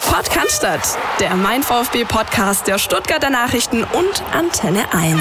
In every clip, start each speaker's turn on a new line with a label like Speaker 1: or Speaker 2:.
Speaker 1: Podcast, der Mein VfB-Podcast der Stuttgarter Nachrichten und Antenne 1.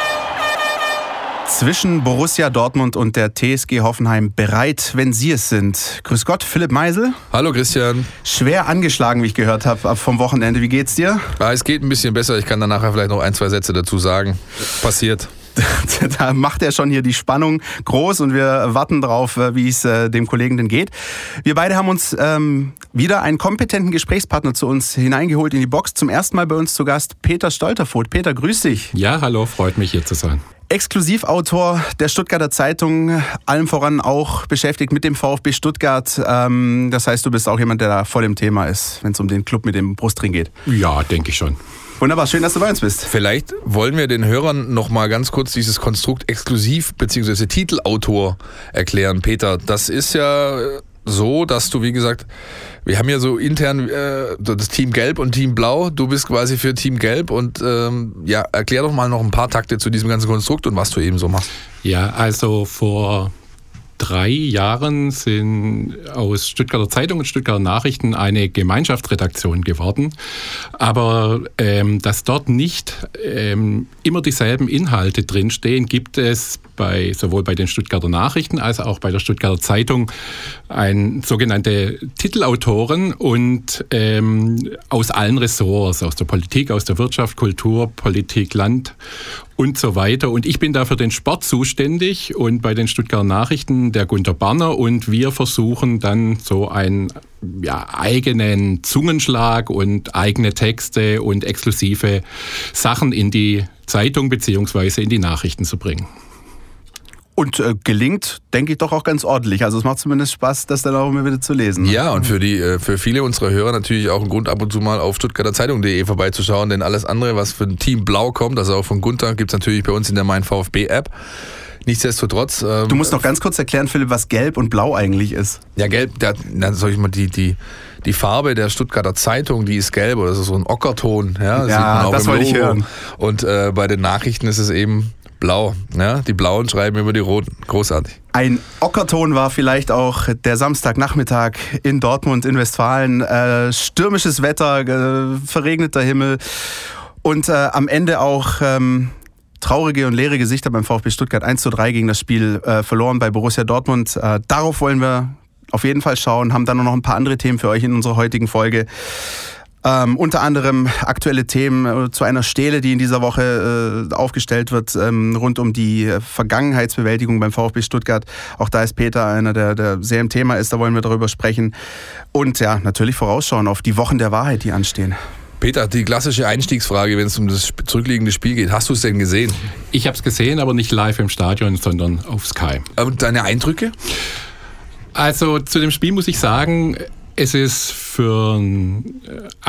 Speaker 2: Zwischen Borussia Dortmund und der TSG Hoffenheim bereit, wenn Sie es sind. Grüß Gott, Philipp Meisel.
Speaker 3: Hallo Christian.
Speaker 2: Schwer angeschlagen, wie ich gehört habe, vom Wochenende. Wie geht's dir?
Speaker 3: Ja, es geht ein bisschen besser. Ich kann dann nachher vielleicht noch 1-2 Sätze dazu sagen. Passiert.
Speaker 2: Da macht er schon hier die Spannung groß und wir warten drauf, wie es dem Kollegen denn geht. Wir beide haben uns wieder einen kompetenten Gesprächspartner zu uns hineingeholt in die Box. Zum ersten Mal bei uns zu Gast Peter Stolterfoht. Peter, grüß dich.
Speaker 4: Ja, hallo, freut mich hier zu sein.
Speaker 2: Exklusivautor der Stuttgarter Zeitung, allem voran auch beschäftigt mit dem VfB Stuttgart. Das heißt, du bist auch jemand, der da voll im Thema ist, wenn es um den Club mit dem Brustring geht.
Speaker 4: Ja, denke ich schon.
Speaker 2: Wunderbar, schön, dass du bei uns bist.
Speaker 3: Vielleicht wollen wir den Hörern noch mal ganz kurz dieses Konstrukt Exklusiv- bzw. Titelautor erklären. Peter, das ist ja so, dass du, wie gesagt, wir haben ja so intern das Team Gelb und Team Blau. Du bist quasi für Team Gelb und erklär doch mal noch ein paar Takte zu diesem ganzen Konstrukt und was du eben so machst.
Speaker 4: Ja, also vor 3 Jahren sind aus Stuttgarter Zeitung und Stuttgarter Nachrichten eine Gemeinschaftsredaktion geworden. Aber dass dort nicht immer dieselben Inhalte drinstehen, gibt es sowohl bei den Stuttgarter Nachrichten als auch bei der Stuttgarter Zeitung sogenannte Titelautoren und aus allen Ressorts, aus der Politik, aus der Wirtschaft, Kultur, Politik, Land und so weiter. Und ich bin da für den Sport zuständig und bei den Stuttgarter Nachrichten der Gunter Barner und wir versuchen dann so einen eigenen Zungenschlag und eigene Texte und exklusive Sachen in die Zeitung bzw. in die Nachrichten zu bringen.
Speaker 2: Und gelingt, denke ich, doch auch ganz ordentlich. Also es macht zumindest Spaß, das dann auch immer wieder zu lesen.
Speaker 3: Ja, und für viele unserer Hörer natürlich auch ein Grund, ab und zu mal auf stuttgarterzeitung.de vorbeizuschauen, denn alles andere, was für ein Team Blau kommt, also auch von Gunther, gibt es natürlich bei uns in der Mein VfB-App. Nichtsdestotrotz...
Speaker 2: du musst noch ganz kurz erklären, Philipp, was Gelb und Blau eigentlich ist.
Speaker 3: Ja, Gelb, die Farbe der Stuttgarter Zeitung, die ist gelb, oder das ist so ein Ockerton. Ja,
Speaker 2: sieht man auch das wollte ich hören.
Speaker 3: Und bei den Nachrichten ist es eben blau. Ja? Die Blauen schreiben über die Roten. Großartig.
Speaker 2: Ein Ockerton war vielleicht auch der Samstagnachmittag in Dortmund, in Westfalen. Stürmisches Wetter, verregneter Himmel und am Ende auch... traurige und leere Gesichter beim VfB Stuttgart. 1:3 gegen das Spiel verloren bei Borussia Dortmund. Darauf wollen wir auf jeden Fall schauen. Haben dann noch ein paar andere Themen für euch in unserer heutigen Folge. Unter anderem aktuelle Themen zu einer Stele, die in dieser Woche aufgestellt wird, rund um die Vergangenheitsbewältigung beim VfB Stuttgart. Auch da ist Peter einer, der sehr im Thema ist. Da wollen wir darüber sprechen. Und ja, natürlich vorausschauen auf die Wochen der Wahrheit, die anstehen.
Speaker 3: Peter, die klassische Einstiegsfrage, wenn es um das zurückliegende Spiel geht. Hast du es denn gesehen?
Speaker 4: Ich habe es gesehen, aber nicht live im Stadion, sondern auf Sky.
Speaker 3: Und deine Eindrücke?
Speaker 4: Also zu dem Spiel muss ich sagen, es ist für einen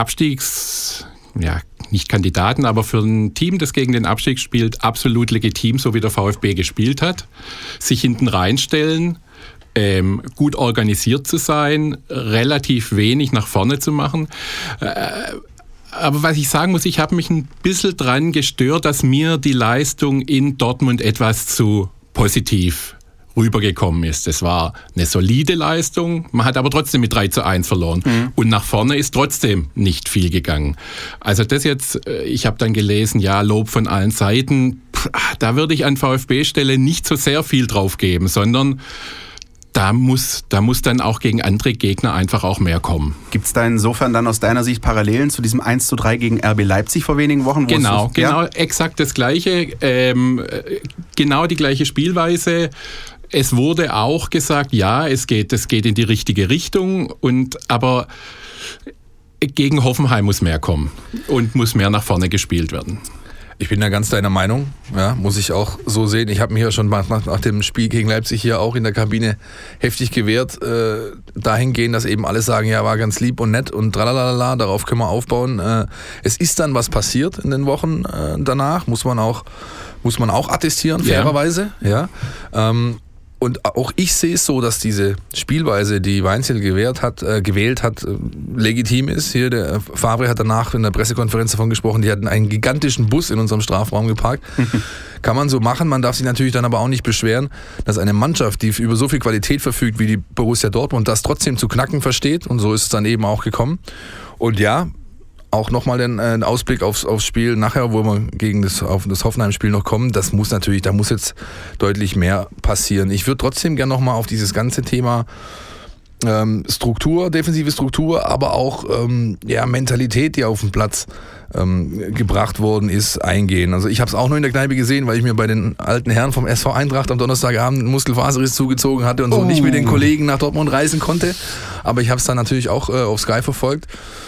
Speaker 4: nicht Kandidaten, aber für ein Team, das gegen den Abstieg spielt, absolut legitim, so wie der VfB gespielt hat. Sich hinten reinstellen, gut organisiert zu sein, relativ wenig nach vorne zu machen. Aber was ich sagen muss, ich habe mich ein bisschen dran gestört, dass mir die Leistung in Dortmund etwas zu positiv rübergekommen ist. Es war eine solide Leistung, man hat aber trotzdem mit 3:1 verloren. Und nach vorne ist trotzdem nicht viel gegangen. Also das jetzt, ich habe dann gelesen, ja, Lob von allen Seiten, da würde ich an VfB-Stelle nicht so sehr viel drauf geben, sondern da muss dann auch gegen andere Gegner einfach auch mehr kommen.
Speaker 2: Gibt es da insofern dann aus deiner Sicht Parallelen zu diesem 1:3 gegen RB Leipzig vor wenigen Wochen?
Speaker 4: Genau, exakt das Gleiche, genau die gleiche Spielweise. Es wurde auch gesagt, ja, es geht in die richtige Richtung, aber gegen Hoffenheim muss mehr kommen und muss mehr nach vorne gespielt werden.
Speaker 3: Ich bin da ganz deiner Meinung, ja, muss ich auch so sehen. Ich habe mich ja schon nach dem Spiel gegen Leipzig hier auch in der Kabine heftig gewehrt, dahingehend, dass eben alle sagen, ja, war ganz lieb und nett und tralalala, darauf können wir aufbauen. Es ist dann was passiert in den Wochen danach, muss man auch attestieren, fairerweise. Ja. Und auch ich sehe es so, dass diese Spielweise, die Weinziel gewählt hat, legitim ist. Hier, der Favre hat danach in der Pressekonferenz davon gesprochen, die hatten einen gigantischen Bus in unserem Strafraum geparkt. Kann man so machen, man darf sich natürlich dann aber auch nicht beschweren, dass eine Mannschaft, die über so viel Qualität verfügt wie die Borussia Dortmund, das trotzdem zu knacken versteht. Und so ist es dann eben auch gekommen. Und ja, auch nochmal den Ausblick aufs Spiel nachher, wo wir auf das Hoffenheim-Spiel noch kommen, da muss jetzt deutlich mehr passieren. Ich würde trotzdem gerne nochmal auf dieses ganze Thema Struktur, defensive Struktur, aber auch Mentalität, die auf den Platz gebracht worden ist, eingehen. Also ich habe es auch nur in der Kneipe gesehen, weil ich mir bei den alten Herren vom SV Eintracht am Donnerstagabend einen Muskelfaserriss zugezogen hatte und so nicht mit den Kollegen nach Dortmund reisen konnte. Aber ich habe es dann natürlich auch auf Sky verfolgt.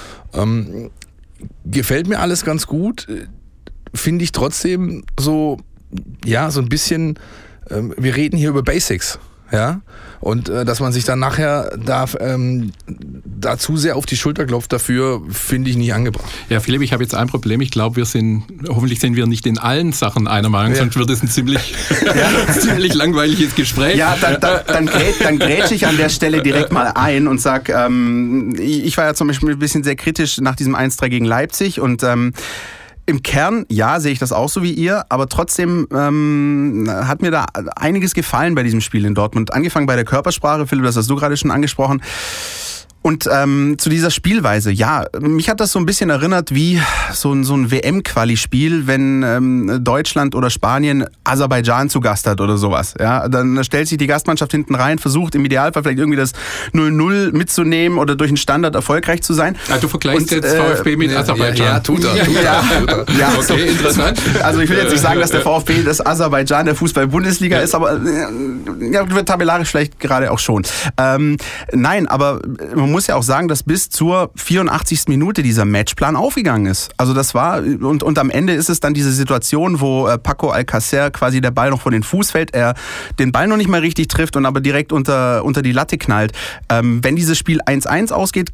Speaker 3: Gefällt mir alles ganz gut, finde ich trotzdem so ein bisschen, wir reden hier über Basics, ja, und dass man sich dann nachher da zu sehr auf die Schulter klopft dafür, finde ich nicht angebracht.
Speaker 4: Ja, Philipp, ich habe jetzt ein Problem. Ich glaube, hoffentlich sind wir nicht in allen Sachen einer Meinung, sonst wird es ein ziemlich langweiliges Gespräch.
Speaker 2: Ja, dann grätsche ich an der Stelle direkt mal ein und sag, ich war ja zum Beispiel ein bisschen sehr kritisch nach diesem 1-3 gegen Leipzig und im Kern, ja, sehe ich das auch so wie ihr, aber trotzdem hat mir da einiges gefallen bei diesem Spiel in Dortmund. Angefangen bei der Körpersprache, Philipp, das hast du gerade schon angesprochen. Und zu dieser Spielweise, ja, mich hat das so ein bisschen erinnert wie so ein WM-Quali-Spiel, wenn Deutschland oder Spanien Aserbaidschan zu Gast hat oder sowas. Ja, dann stellt sich die Gastmannschaft hinten rein, versucht im Idealfall vielleicht irgendwie das 0-0 mitzunehmen oder durch einen Standard erfolgreich zu sein.
Speaker 4: Ja, du vergleichst jetzt VfB mit Aserbaidschan.
Speaker 3: Ja, tut er.
Speaker 2: Ja,
Speaker 4: okay, interessant.
Speaker 2: Also ich will jetzt nicht sagen, dass der VfB das Aserbaidschan der Fußball-Bundesliga ist, aber wird tabellarisch vielleicht gerade auch schon. Nein, aber man muss ja auch sagen, dass bis zur 84. Minute dieser Matchplan aufgegangen ist. Also das war, und am Ende ist es dann diese Situation, wo Paco Alcácer quasi der Ball noch vor den Fuß fällt, er den Ball noch nicht mal richtig trifft und aber direkt unter die Latte knallt. Wenn dieses Spiel 1-1 ausgeht,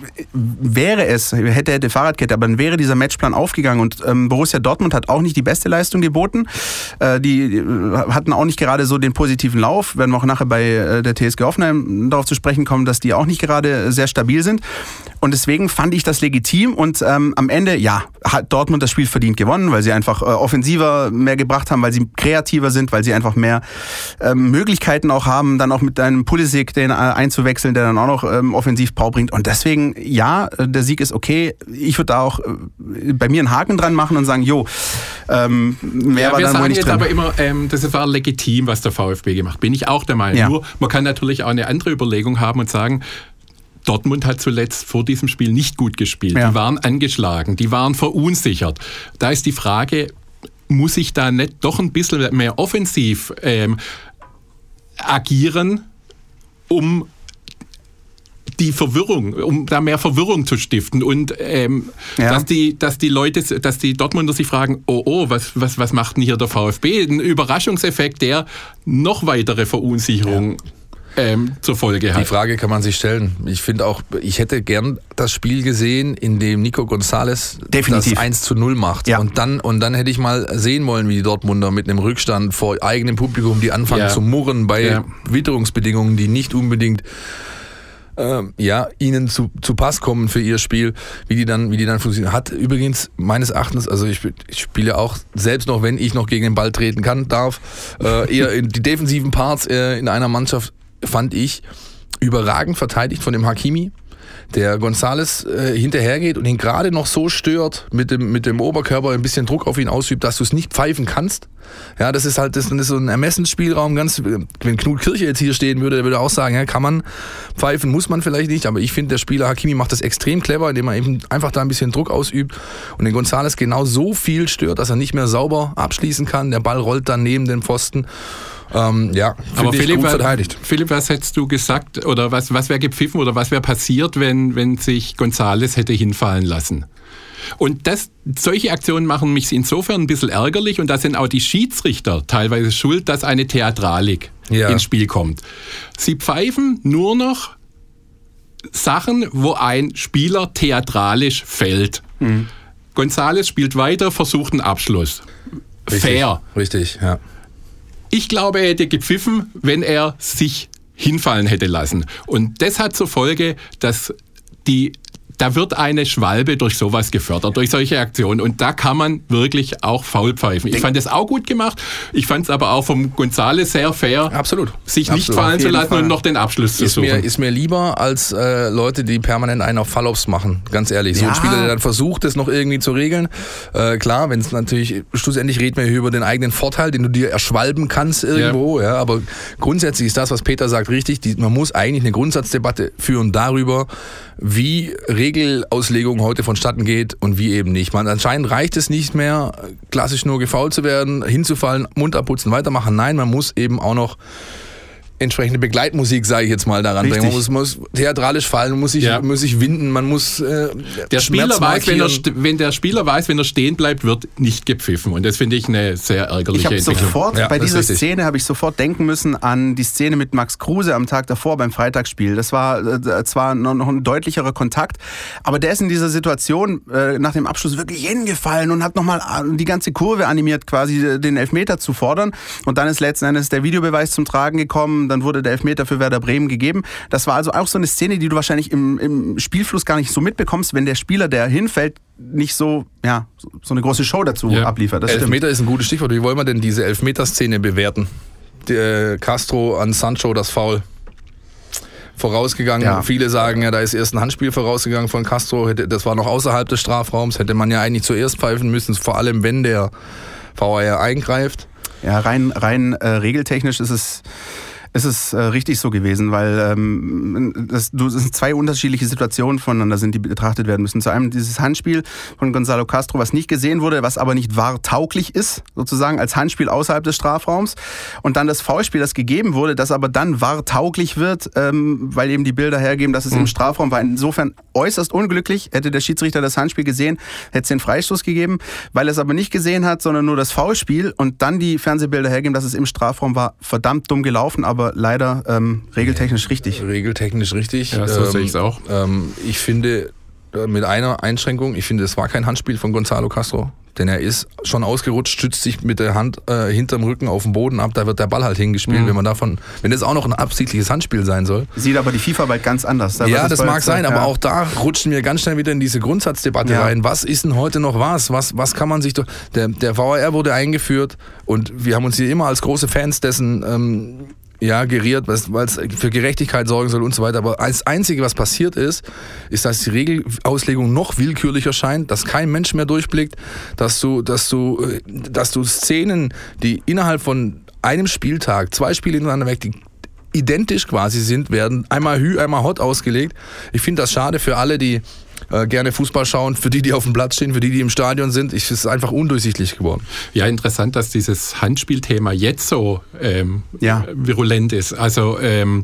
Speaker 2: hätte Fahrradkette, aber dann wäre dieser Matchplan aufgegangen und Borussia Dortmund hat auch nicht die beste Leistung geboten. Die hatten auch nicht gerade so den positiven Lauf, werden wir auch nachher bei der TSG Hoffenheim darauf zu sprechen kommen, dass die auch nicht gerade sehr stabil sind. Und deswegen fand ich das legitim und am Ende, ja, hat Dortmund das Spiel verdient gewonnen, weil sie einfach offensiver mehr gebracht haben, weil sie kreativer sind, weil sie einfach mehr Möglichkeiten auch haben, dann auch mit einem Pulisic den einzuwechseln, der dann auch noch offensiv Power bringt. Und deswegen, ja, der Sieg ist okay. Ich würde da auch bei mir einen Haken dran machen und sagen, mehr war dann wohl nicht drin.
Speaker 4: Aber immer, das war legitim, was der VfB gemacht hat. Bin ich auch der Meinung. Ja. Nur, man kann natürlich auch eine andere Überlegung haben und sagen, Dortmund hat zuletzt vor diesem Spiel nicht gut gespielt. Ja. Die waren angeschlagen, die waren verunsichert. Da ist die Frage, muss ich da nicht doch ein bisschen mehr offensiv agieren, um die Verwirrung, um da mehr Verwirrung zu stiften und dass die Dortmunder sich fragen, was macht denn hier der VfB? Ein Überraschungseffekt, der noch weitere Verunsicherung zur Folge hat.
Speaker 3: Die Frage kann man sich stellen. Ich finde auch, ich hätte gern das Spiel gesehen, in dem Nico González das 1-0 macht. Ja. Und dann hätte ich mal sehen wollen, wie die Dortmunder mit einem Rückstand vor eigenem Publikum, die anfangen zu murren bei Witterungsbedingungen, die nicht unbedingt ihnen zu Pass kommen für ihr Spiel, wie die dann funktionieren. Hat übrigens meines Erachtens, also ich spiele auch, selbst noch, wenn ich noch gegen den Ball treten darf, eher in die defensiven Parts in einer Mannschaft, fand ich überragend verteidigt von dem Hakimi, der González hinterhergeht und ihn gerade noch so stört, mit dem Oberkörper ein bisschen Druck auf ihn ausübt, dass du es nicht pfeifen kannst. Ja, das ist so ein Ermessensspielraum. Wenn Knut Kirche jetzt hier stehen würde, der würde auch sagen, ja, kann man pfeifen, muss man vielleicht nicht, aber ich finde, der Spieler Hakimi macht das extrem clever, indem er eben einfach da ein bisschen Druck ausübt und den González genau so viel stört, dass er nicht mehr sauber abschließen kann. Der Ball rollt dann neben den Pfosten. Aber
Speaker 4: Philipp,
Speaker 3: gut verteidigt.
Speaker 4: Philipp, was hättest du gesagt oder was wäre gepfiffen oder was wäre passiert, wenn sich González hätte hinfallen lassen? Und solche Aktionen machen mich insofern ein bisschen ärgerlich und da sind auch die Schiedsrichter teilweise schuld, dass eine Theatralik ins Spiel kommt. Sie pfeifen nur noch Sachen, wo ein Spieler theatralisch fällt. Mhm. González spielt weiter, versucht einen Abschluss. Fair.
Speaker 3: Richtig, ja.
Speaker 4: Ich glaube, er hätte gepfiffen, wenn er sich hinfallen hätte lassen. Und das hat zur Folge, dass die da wird eine Schwalbe durch sowas gefördert, durch solche Aktionen. Und da kann man wirklich auch faul pfeifen. Ich fand das auch gut gemacht. Ich fand es aber auch vom González sehr fair,
Speaker 3: Absolut.
Speaker 4: sich nicht fallen zu lassen und noch den Abschluss zu suchen.
Speaker 3: Ist mir lieber als Leute, die permanent einen auf Falloffs machen. Ganz ehrlich. So ein Spieler, der dann versucht, das noch irgendwie zu regeln. Klar, wenn es natürlich, schlussendlich reden wir hier über den eigenen Vorteil, den du dir erschwalben kannst irgendwo. Ja, aber grundsätzlich ist das, was Peter sagt, richtig. Man muss eigentlich eine Grundsatzdebatte führen darüber, wie Regelauslegung heute vonstatten geht und wie eben nicht. Anscheinend reicht es nicht mehr, klassisch nur gefoult zu werden, hinzufallen, Mund abputzen, weitermachen. Nein, man muss eben auch noch entsprechende Begleitmusik, sage ich jetzt mal, daran bringen. Man muss theatralisch fallen, man muss sich winden, man muss
Speaker 4: der Spieler weiß, wenn der Spieler weiß, wenn er stehen bleibt, wird nicht gepfiffen. Und das finde ich eine sehr ärgerliche Entwicklung.
Speaker 2: Bei dieser Szene habe ich sofort denken müssen an die Szene mit Max Kruse am Tag davor beim Freitagsspiel. Das war zwar noch ein deutlicherer Kontakt, aber der ist in dieser Situation nach dem Abschluss wirklich hingefallen und hat nochmal die ganze Kurve animiert, quasi den Elfmeter zu fordern. Und dann ist letzten Endes der Videobeweis zum Tragen gekommen. Dann wurde der Elfmeter für Werder Bremen gegeben. Das war also auch so eine Szene, die du wahrscheinlich im Spielfluss gar nicht so mitbekommst, wenn der Spieler, der hinfällt, nicht so eine große Show dazu abliefert. Das
Speaker 3: Elfmeter ist ein gutes Stichwort. Wie wollen wir denn diese Elfmeter-Szene bewerten? Castro an Sancho, das Foul. Vorausgegangen. Viele sagen ja, da ist erst ein Handspiel vorausgegangen von Castro. Das war noch außerhalb des Strafraums. Hätte man ja eigentlich zuerst pfeifen müssen, vor allem wenn der VAR eingreift. Ja,
Speaker 2: rein regeltechnisch ist es richtig so gewesen, weil das sind zwei unterschiedliche Situationen voneinander sind, die betrachtet werden müssen. Zu einem dieses Handspiel von Gonzalo Castro, was nicht gesehen wurde, was aber nicht VAR-tauglich ist, sozusagen als Handspiel außerhalb des Strafraums. Und dann das Foulspiel, das gegeben wurde, das aber dann VAR-tauglich wird, weil eben die Bilder hergeben, dass es im Strafraum war. Insofern äußerst unglücklich. Hätte der Schiedsrichter das Handspiel gesehen, hätte es den Freistoß gegeben. Weil er es aber nicht gesehen hat, sondern nur das Foulspiel und dann die Fernsehbilder hergeben, dass es im Strafraum war, verdammt dumm gelaufen, aber leider regeltechnisch richtig.
Speaker 3: Regeltechnisch richtig.
Speaker 4: Ja, so sehe ich es auch.
Speaker 3: Ich finde, mit einer Einschränkung, ich finde, es war kein Handspiel von Gonzalo Castro. Denn er ist schon ausgerutscht, stützt sich mit der Hand hinterm Rücken auf den Boden ab, da wird der Ball halt hingespielt. Wenn das auch noch ein absichtliches Handspiel sein soll.
Speaker 2: Sieht aber die FIFA bald ganz anders.
Speaker 3: Das mag sein, aber auch da rutschen wir ganz schnell wieder in diese Grundsatzdebatte rein. Was ist denn heute noch was? Was kann man sich... Der VAR wurde eingeführt und wir haben uns hier immer als große Fans dessen... geriert, weil es für Gerechtigkeit sorgen soll und so weiter. Aber das Einzige, was passiert ist, dass die Regelauslegung noch willkürlicher scheint, dass kein Mensch mehr durchblickt, dass du Szenen, die innerhalb von einem Spieltag, 2 Spiele hintereinander weg, die identisch quasi sind, werden einmal Hü, einmal Hot ausgelegt. Ich finde das schade für alle, die gerne Fußball schauen, für die auf dem Platz stehen, für die im Stadion sind. Es ist einfach undurchsichtig geworden.
Speaker 4: Ja, interessant, dass dieses Handspielthema jetzt so virulent ist. Also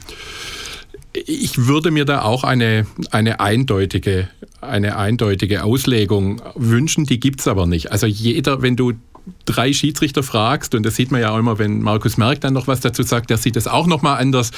Speaker 4: ich würde mir da auch eine eindeutige Auslegung wünschen, die gibt es aber nicht. Also wenn du 3 Schiedsrichter fragst, und das sieht man ja auch immer, wenn Markus Merck dann noch was dazu sagt, der sieht das auch nochmal anders.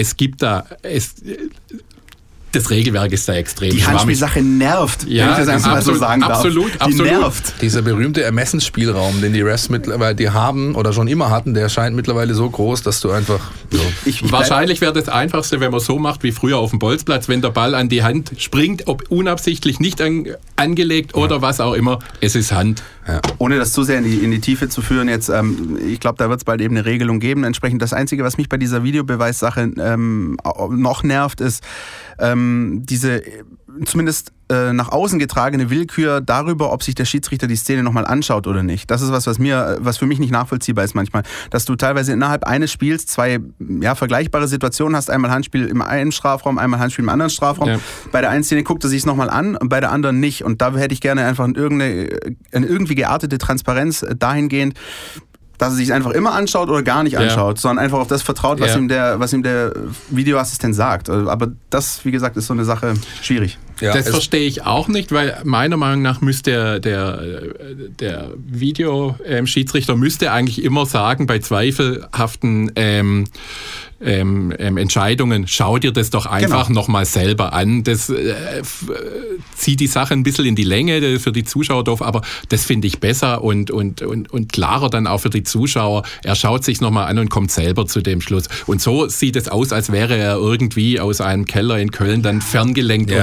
Speaker 4: Das Regelwerk ist da extrem schwammig.
Speaker 2: Die Handspielsache nervt, wenn ich das einfach mal so sagen darf.
Speaker 4: Absolut.
Speaker 3: Nervt. Dieser berühmte Ermessensspielraum, den die Refs mittlerweile haben oder schon immer hatten, der scheint mittlerweile so groß, dass du einfach...
Speaker 4: Wahrscheinlich wäre das Einfachste, wenn man so macht wie früher auf dem Bolzplatz, wenn der Ball an die Hand springt, ob unabsichtlich nicht angelegt oder was auch immer, es ist Hand.
Speaker 2: Ja. Ohne das zu sehr in die Tiefe zu führen jetzt, ich glaube, da wird es bald eben eine Regelung geben. Entsprechend das Einzige, was mich bei dieser Videobeweissache noch nervt, ist diese zumindest nach außen getragene Willkür darüber, ob sich der Schiedsrichter die Szene nochmal anschaut oder nicht. Das ist was für mich nicht nachvollziehbar ist manchmal. Dass du teilweise innerhalb eines Spiels 2 vergleichbare Situationen hast. Einmal Handspiel im einen Strafraum, einmal Handspiel im anderen Strafraum. Ja. Bei der einen Szene guckt er sich es nochmal an und bei der anderen nicht. Und da hätte ich gerne einfach eine irgendwie geartete Transparenz dahingehend, dass er sich einfach immer anschaut oder gar nicht anschaut, sondern einfach auf das vertraut, was ihm der Videoassistent sagt. Aber das, wie gesagt, ist so eine Sache schwierig.
Speaker 4: Ja, das verstehe ich auch nicht, weil meiner Meinung nach müsste der Videoschiedsrichter müsste eigentlich immer sagen, bei zweifelhaften Entscheidungen, schau dir das doch einfach nochmal selber an. Das zieht die Sache ein bisschen in die Länge für die Zuschauer doof, aber das finde ich besser und klarer dann auch für die Zuschauer. Er schaut sich nochmal an und kommt selber zu dem Schluss. Und so sieht es aus, als wäre er irgendwie aus einem Keller in Köln dann ferngelenkt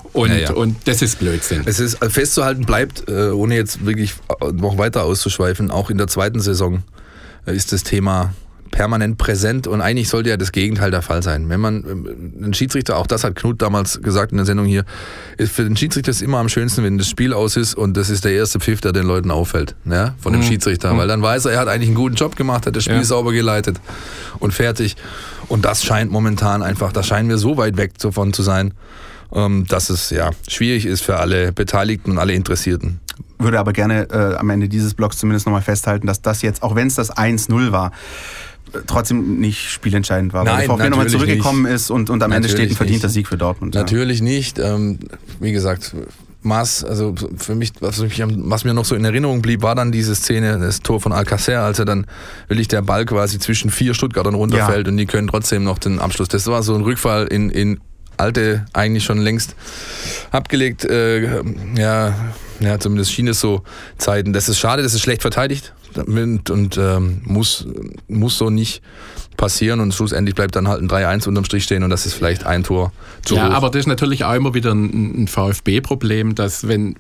Speaker 4: Und das ist Blödsinn.
Speaker 3: Es ist festzuhalten bleibt, ohne jetzt wirklich noch weiter auszuschweifen, auch in der zweiten Saison ist das Thema permanent präsent und eigentlich sollte ja das Gegenteil der Fall sein. Wenn man einen Schiedsrichter, auch das hat Knut damals gesagt in der Sendung hier, für den Schiedsrichter ist es immer am schönsten, wenn das Spiel aus ist und das ist der erste Pfiff, der den Leuten auffällt, ja, von dem Schiedsrichter, weil dann weiß er hat eigentlich einen guten Job gemacht, hat das Spiel sauber geleitet und fertig. Und das scheint momentan einfach, da scheinen wir so weit weg davon zu sein, dass es schwierig ist für alle Beteiligten und alle Interessierten.
Speaker 2: Würde aber gerne am Ende dieses Blocks zumindest nochmal festhalten, dass das jetzt, auch wenn es das 1-0 war, trotzdem nicht spielentscheidend war. Nein, weil der VfB nochmal zurückgekommen ist und am Ende steht ein verdienter Sieg für Dortmund.
Speaker 3: Natürlich nicht. Wie gesagt, also für mich, was mir noch so in Erinnerung blieb, war dann diese Szene, das Tor von Alcacer, als er dann wirklich der Ball quasi zwischen 4 Stuttgartern runterfällt und die können trotzdem noch den Abschluss. Das war so ein Rückfall in alte, eigentlich schon längst abgelegt, zumindest schien es so Zeiten. Das ist schade, das ist schlecht verteidigt und muss so nicht passieren und schlussendlich bleibt dann halt ein 3-1 unterm Strich stehen und das ist vielleicht ein Tor zu hoch.
Speaker 4: Aber das ist natürlich auch immer wieder ein VfB-Problem, dass wenn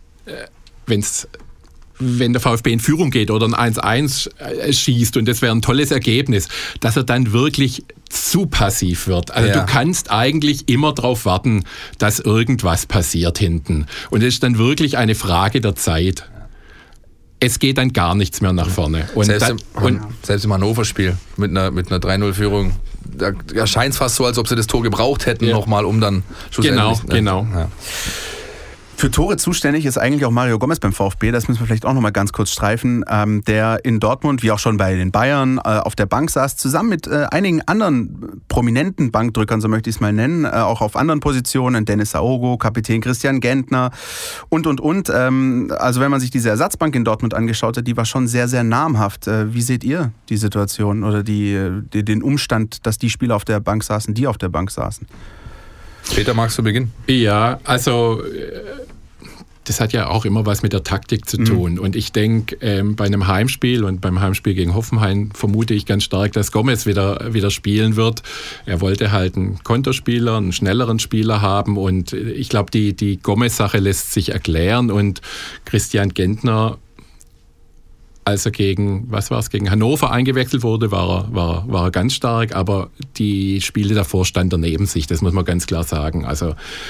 Speaker 4: der VfB in Führung geht oder ein 1-1 schießt und das wäre ein tolles Ergebnis, dass er dann wirklich zu passiv wird. Also du kannst eigentlich immer darauf warten, dass irgendwas passiert hinten. Und es ist dann wirklich eine Frage der Zeit. Es geht dann gar nichts mehr nach vorne. Und
Speaker 3: selbst im Hannover-Spiel mit einer 3-0-Führung, da scheint es fast so, als ob sie das Tor gebraucht hätten nochmal, um dann schlussendlich...
Speaker 4: Genau.
Speaker 2: Ja. Für Tore zuständig ist eigentlich auch Mario Gomez beim VfB, das müssen wir vielleicht auch noch mal ganz kurz streifen, der in Dortmund, wie auch schon bei den Bayern, auf der Bank saß, zusammen mit einigen anderen prominenten Bankdrückern, so möchte ich es mal nennen, auch auf anderen Positionen, Dennis Aogo, Kapitän Christian Gentner und. Also wenn man sich diese Ersatzbank in Dortmund angeschaut hat, die war schon sehr, sehr namhaft. Wie seht ihr die Situation oder den Umstand, dass die Spieler auf der Bank saßen, die auf der Bank saßen?
Speaker 3: Peter, magst du beginnen?
Speaker 4: Ja, also das hat ja auch immer was mit der Taktik zu tun. Und ich denke, bei einem Heimspiel und beim Heimspiel gegen Hoffenheim vermute ich ganz stark, dass Gomez wieder spielen wird. Er wollte halt einen Konterspieler, einen schnelleren Spieler haben und ich glaube, die Gomez-Sache lässt sich erklären und Christian Gentner, als er gegen Hannover eingewechselt wurde, war er ganz stark, aber die Spiele davor stand er neben sich, das muss man ganz klar sagen. Also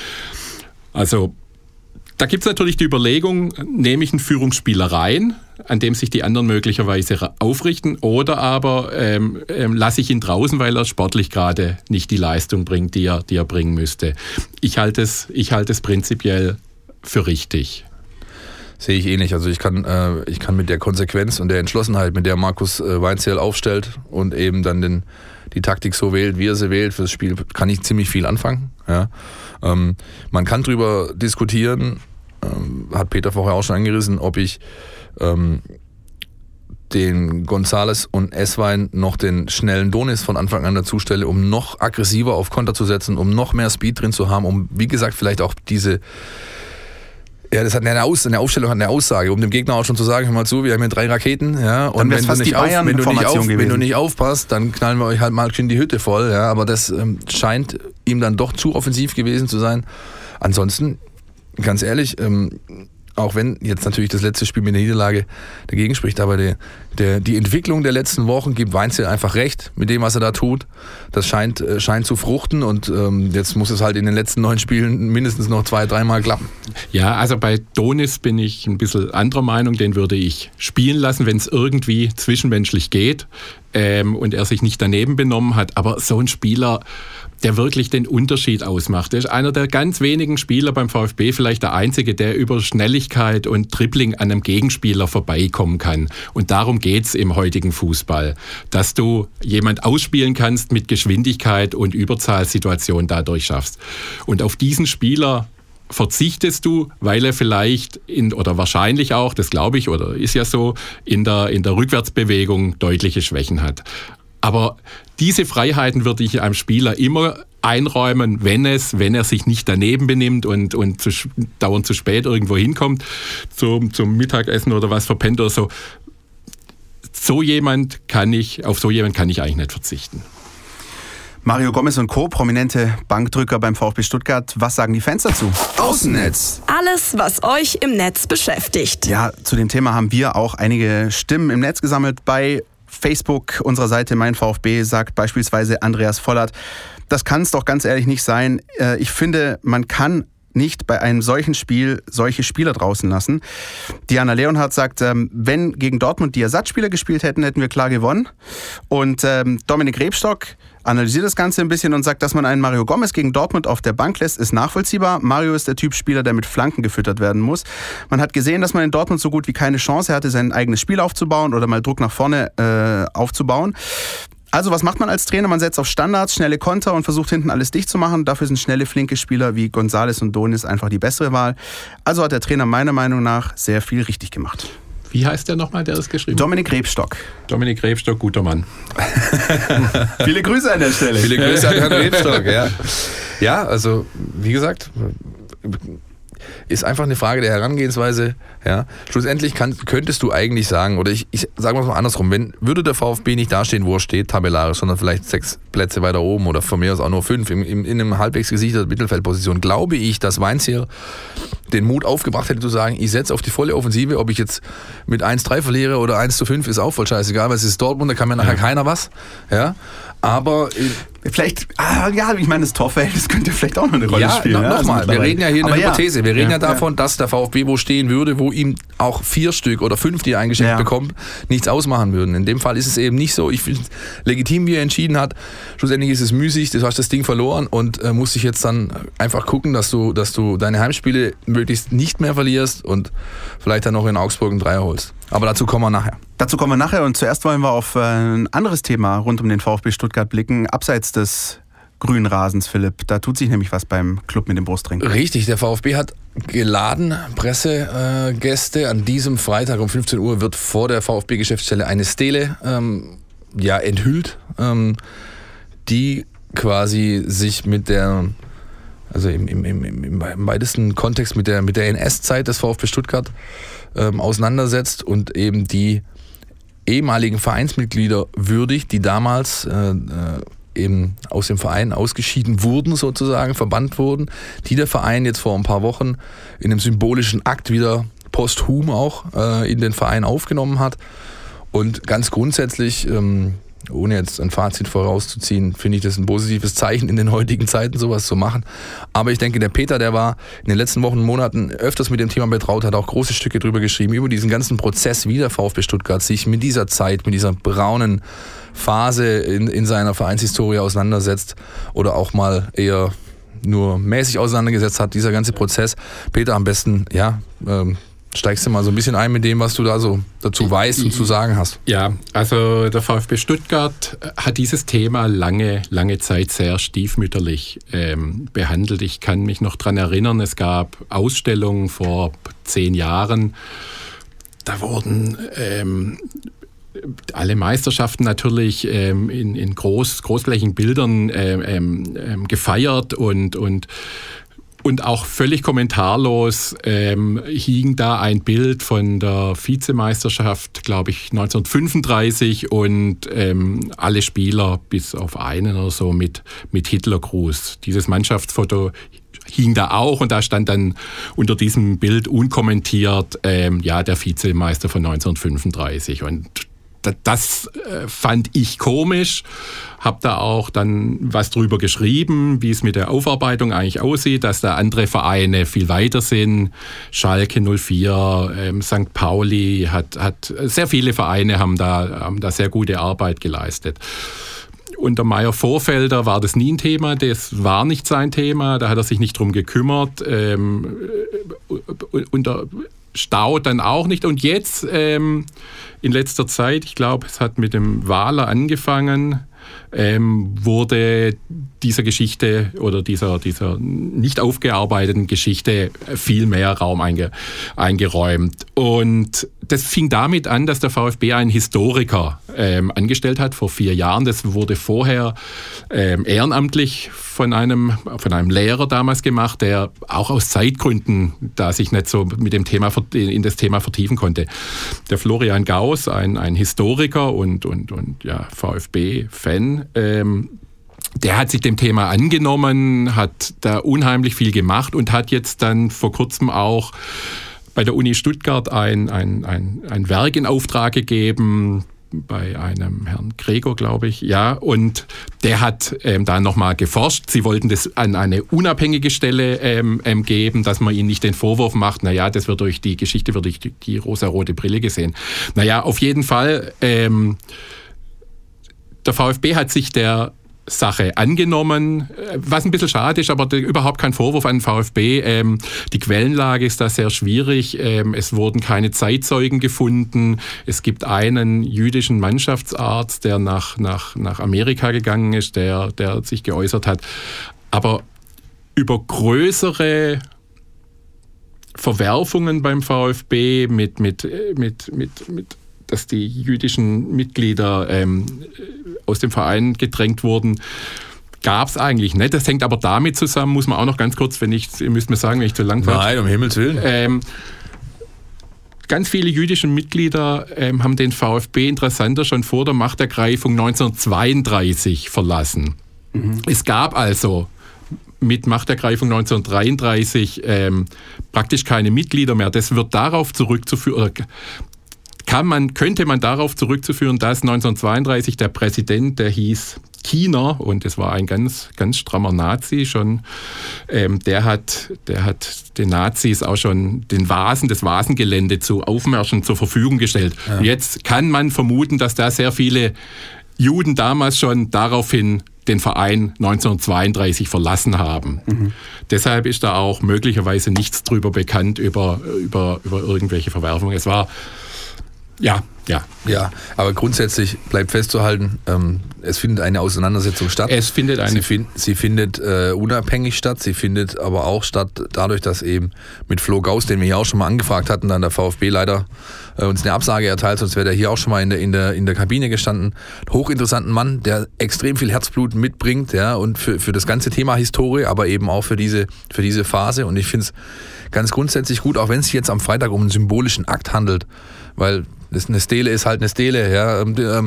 Speaker 4: da gibt es natürlich die Überlegung, nehme ich einen Führungsspieler rein, an dem sich die anderen möglicherweise aufrichten, oder aber lasse ich ihn draußen, weil er sportlich gerade nicht die Leistung bringt, die er bringen müsste. Ich halte es prinzipiell für richtig.
Speaker 3: Sehe ich ähnlich. Also ich kann mit der Konsequenz und der Entschlossenheit, mit der Markus Weinzierl aufstellt und eben dann die Taktik so wählt, wie er sie wählt fürs Spiel, kann ich ziemlich viel anfangen. Ja. Man kann drüber diskutieren, hat Peter vorher auch schon angerissen, ob ich den González und Esswein noch den schnellen Donis von Anfang an dazu stelle, um noch aggressiver auf Konter zu setzen, um noch mehr Speed drin zu haben, um, wie gesagt, vielleicht auch diese... Ja, das hat eine Aufstellung, hat eine Aussage, um dem Gegner auch schon zu sagen, hör mal zu, wir haben hier 3 Raketen, ja, und wenn du nicht aufpasst, dann knallen wir euch halt mal in die Hütte voll, ja, aber das scheint ihm dann doch zu offensiv gewesen zu sein. Ansonsten, ganz ehrlich, auch wenn jetzt natürlich das letzte Spiel mit der Niederlage dagegen spricht, aber die Entwicklung der letzten Wochen gibt Weinzierl einfach recht mit dem, was er da tut. Das scheint zu fruchten und jetzt muss es halt in den letzten 9 Spielen mindestens noch 2-3 Mal klappen.
Speaker 4: Ja, also bei Donis bin ich ein bisschen anderer Meinung, den würde ich spielen lassen, wenn es irgendwie zwischenmenschlich geht und er sich nicht daneben benommen hat, aber so ein Spieler, der wirklich den Unterschied ausmacht. Er ist einer der ganz wenigen Spieler beim VfB, vielleicht der einzige, der über Schnelligkeit und Dribbling an einem Gegenspieler vorbeikommen kann. Und darum geht's im heutigen Fußball, dass du jemand ausspielen kannst mit Geschwindigkeit und Überzahlsituation dadurch schaffst. Und auf diesen Spieler verzichtest du, weil er vielleicht oder wahrscheinlich auch, das glaube ich, oder ist ja so, in der Rückwärtsbewegung deutliche Schwächen hat. Aber diese Freiheiten würde ich einem Spieler immer einräumen, wenn er sich nicht daneben benimmt und dauernd zu spät irgendwo hinkommt, zum Mittagessen oder was verpennt oder so. Auf so jemand kann ich eigentlich nicht verzichten.
Speaker 2: Mario Gomez und Co., prominente Bankdrücker beim VfB Stuttgart. Was sagen die Fans dazu?
Speaker 3: Außennetz.
Speaker 1: Alles, was euch im Netz beschäftigt.
Speaker 2: Ja, zu dem Thema haben wir auch einige Stimmen im Netz gesammelt. Bei Facebook, unserer Seite Mein VfB, sagt beispielsweise Andreas Vollert, das kann es doch ganz ehrlich nicht sein. Ich finde, man kann nicht bei einem solchen Spiel solche Spieler draußen lassen. Diana Leonhardt sagt, wenn gegen Dortmund die Ersatzspieler gespielt hätten, hätten wir klar gewonnen. Und Dominik Rebstock analysiert das Ganze ein bisschen und sagt, dass man einen Mario Gomez gegen Dortmund auf der Bank lässt, ist nachvollziehbar. Mario ist der Typ Spieler, der mit Flanken gefüttert werden muss. Man hat gesehen, dass man in Dortmund so gut wie keine Chance hatte, sein eigenes Spiel aufzubauen oder mal Druck nach vorne aufzubauen. Also was macht man als Trainer? Man setzt auf Standards, schnelle Konter und versucht hinten alles dicht zu machen. Dafür sind schnelle, flinke Spieler wie González und Donis einfach die bessere Wahl. Also hat der Trainer meiner Meinung nach sehr viel richtig gemacht.
Speaker 4: Wie heißt der nochmal, der das geschrieben hat?
Speaker 2: Dominik Rebstock.
Speaker 4: Dominik Rebstock, guter Mann.
Speaker 2: Viele Grüße an der Stelle.
Speaker 3: Viele Grüße an Herrn Rebstock, ja. Ja, also wie gesagt, ist einfach eine Frage der Herangehensweise. Ja. Schlussendlich könntest du eigentlich sagen, oder ich sage mal andersrum, würde der VfB nicht dastehen, wo er steht, tabellarisch, sondern vielleicht 6 Plätze weiter oben oder von mir aus auch nur 5 in einem halbwegs gesicherten Mittelfeldposition, glaube ich, dass Weinzierl den Mut aufgebracht hätte zu sagen, ich setze auf die volle Offensive, ob ich jetzt mit 1-3 verliere oder 1-5 ist auch voll scheißegal, weil es ist Dortmund, da kann mir nachher keiner was. Ja. Aber
Speaker 2: vielleicht, ich meine, das Torverhältnis könnte vielleicht auch noch eine Rolle spielen.
Speaker 3: Nochmal,
Speaker 2: also
Speaker 3: wir reden ja hier in der Hypothese. Wir reden ja davon, dass der VfB wo stehen würde, wo ihm auch 4 Stück oder 5, die er eingeschenkt bekommt, nichts ausmachen würden. In dem Fall ist es eben nicht so. Ich finde es legitim, wie er entschieden hat. Schlussendlich ist es müßig, du hast das Ding verloren und musst dich jetzt dann einfach gucken, dass du deine Heimspiele möglichst nicht mehr verlierst und vielleicht dann noch in Augsburg einen Dreier holst. Aber dazu kommen wir nachher.
Speaker 2: Und zuerst wollen wir auf ein anderes Thema rund um den VfB Stuttgart blicken, abseits des grünen Rasens, Philipp. Da tut sich nämlich was beim Club mit dem Brustring.
Speaker 3: Richtig, der VfB hat geladen, Pressegäste. An diesem Freitag um 15 Uhr wird vor der VfB-Geschäftsstelle eine Stele enthüllt, die quasi sich mit der, also im weitesten Kontext mit der NS-Zeit des VfB Stuttgart auseinandersetzt und eben die ehemaligen Vereinsmitglieder würdigt, die damals eben aus dem Verein ausgeschieden wurden, sozusagen, verbannt wurden, die der Verein jetzt vor ein paar Wochen in einem symbolischen Akt wieder posthum auch in den Verein aufgenommen hat. Und ganz grundsätzlich, ohne jetzt ein Fazit vorauszuziehen, finde ich das ein positives Zeichen in den heutigen Zeiten, sowas zu machen. Aber ich denke, der Peter, der war in den letzten Wochen und Monaten öfters mit dem Thema betraut, hat auch große Stücke drüber geschrieben, über diesen ganzen Prozess, wie der VfB Stuttgart sich mit dieser Zeit, mit dieser braunen Phase in seiner Vereinshistorie auseinandersetzt oder auch mal eher nur mäßig auseinandergesetzt hat, dieser ganze Prozess. Peter, am besten, steigst du mal so ein bisschen ein mit dem, was du da so dazu weißt und zu sagen hast.
Speaker 4: Ja, also der VfB Stuttgart hat dieses Thema lange Zeit sehr stiefmütterlich behandelt. Ich kann mich noch daran erinnern, es gab Ausstellungen vor 10 Jahren, da wurden alle Meisterschaften natürlich in großflächigen Bildern gefeiert und auch völlig kommentarlos hing da ein Bild von der Vizemeisterschaft, glaube ich, 1935 und alle Spieler bis auf einen oder so mit Hitlergruß. Dieses Mannschaftsfoto hing da auch und da stand dann unter diesem Bild unkommentiert, der Vizemeister von 1935 und das fand ich komisch, habe da auch dann was drüber geschrieben, wie es mit der Aufarbeitung eigentlich aussieht, dass da andere Vereine viel weiter sind. Schalke 04, St. Pauli, hat sehr viele Vereine haben da sehr gute Arbeit geleistet. Unter Meyer-Vorfelder war das nie ein Thema, das war nicht sein Thema, da hat er sich nicht drum gekümmert. Unter Stau dann auch nicht. Und jetzt in letzter Zeit, ich glaube, es hat mit dem Wahler angefangen, wurde dieser Geschichte oder dieser nicht aufgearbeiteten Geschichte viel mehr Raum eingeräumt. Und das fing damit an, dass der VfB einen Historiker angestellt hat vor 4 Jahren. Das wurde vorher ehrenamtlich von einem Lehrer damals gemacht, der auch aus Zeitgründen da sich nicht so mit dem Thema in das Thema vertiefen konnte. Der Florian Gauss, ein Historiker und VfB-Fan, Der hat sich dem Thema angenommen, hat da unheimlich viel gemacht und hat jetzt dann vor kurzem auch bei der Uni Stuttgart ein Werk in Auftrag gegeben, bei einem Herrn Gregor, glaube ich, ja, und der hat da nochmal geforscht. Sie wollten das an eine unabhängige Stelle geben, dass man ihnen nicht den Vorwurf macht, naja, das wird durch die Geschichte, wird durch die rosarote Brille gesehen. Naja, auf jeden Fall, der VfB hat sich der Sache angenommen, was ein bisschen schade ist, aber überhaupt kein Vorwurf an den VfB. Die Quellenlage ist da sehr schwierig. Es wurden keine Zeitzeugen gefunden. Es gibt einen jüdischen Mannschaftsarzt, der nach Amerika gegangen ist, der sich geäußert hat. Aber über größere Verwerfungen beim VfB dass die jüdischen Mitglieder aus dem Verein gedrängt wurden, gab es eigentlich nicht. Das hängt aber damit zusammen, muss man auch noch ganz kurz, ihr müsst mir sagen, wenn ich zu lang war.
Speaker 3: Nein, um Himmels Willen.
Speaker 4: Ganz viele jüdische Mitglieder haben den VfB interessanter schon vor der Machtergreifung 1932 verlassen. Mhm. Es gab also mit Machtergreifung 1933 praktisch keine Mitglieder mehr. Das wird darauf zurückzuführen, könnte man darauf zurückzuführen, dass 1932 der Präsident, der hieß Kiener, und es war ein ganz, ganz strammer Nazi schon, der hat den Nazis auch schon das Vasengelände zu Aufmärschen zur Verfügung gestellt. Ja. Jetzt kann man vermuten, dass da sehr viele Juden damals schon daraufhin den Verein 1932 verlassen haben. Mhm. Deshalb ist da auch möglicherweise nichts drüber bekannt über irgendwelche Verwerfungen. Es war Ja, aber grundsätzlich bleibt festzuhalten, es findet eine Auseinandersetzung statt.
Speaker 3: Sie findet unabhängig statt, sie findet aber auch statt dadurch, dass eben mit Flo Gauss, den wir hier auch schon mal angefragt hatten, dann der VfB leider uns eine Absage erteilt, sonst wäre der hier auch schon mal in der Kabine gestanden. Hochinteressanten Mann, der extrem viel Herzblut mitbringt, ja, und für das ganze Thema Historie, aber eben auch für diese Phase. Und ich finde es ganz grundsätzlich gut, auch wenn es sich jetzt am Freitag um einen symbolischen Akt handelt, weil eine Stele ist halt eine Stele, ja,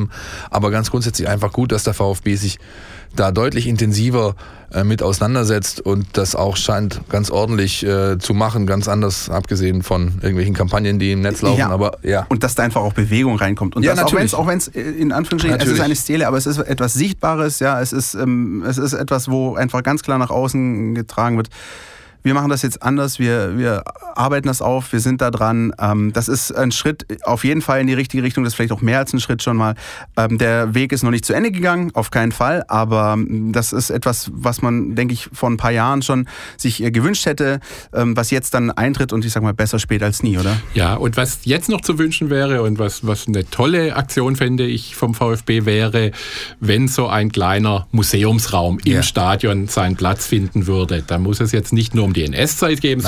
Speaker 3: aber ganz grundsätzlich einfach gut, dass der VfB sich da deutlich intensiver mit auseinandersetzt und das auch scheint ganz ordentlich zu machen, ganz anders, abgesehen von irgendwelchen Kampagnen, die im Netz laufen.
Speaker 2: Ja,
Speaker 3: aber ja.
Speaker 2: Und dass da einfach auch Bewegung reinkommt. Und
Speaker 3: ja,
Speaker 2: das, auch wenn es in Anführungsstrichen, es ist eine Stele, aber es ist etwas Sichtbares, ja, es ist etwas, wo einfach ganz klar nach außen getragen wird. Wir machen das jetzt anders, wir arbeiten das auf, wir sind da dran. Das ist ein Schritt auf jeden Fall in die richtige Richtung, das ist vielleicht auch mehr als ein Schritt schon mal. Der Weg ist noch nicht zu Ende gegangen, auf keinen Fall, aber das ist etwas, was man, denke ich, vor ein paar Jahren schon sich gewünscht hätte, was jetzt dann eintritt und ich sag mal, besser spät als nie, oder?
Speaker 4: Ja, und was jetzt noch zu wünschen wäre und was eine tolle Aktion, fände ich, vom VfB wäre, wenn so ein kleiner Museumsraum im Stadion seinen Platz finden würde. Da muss es jetzt nicht nur um die NS-Zeit geben,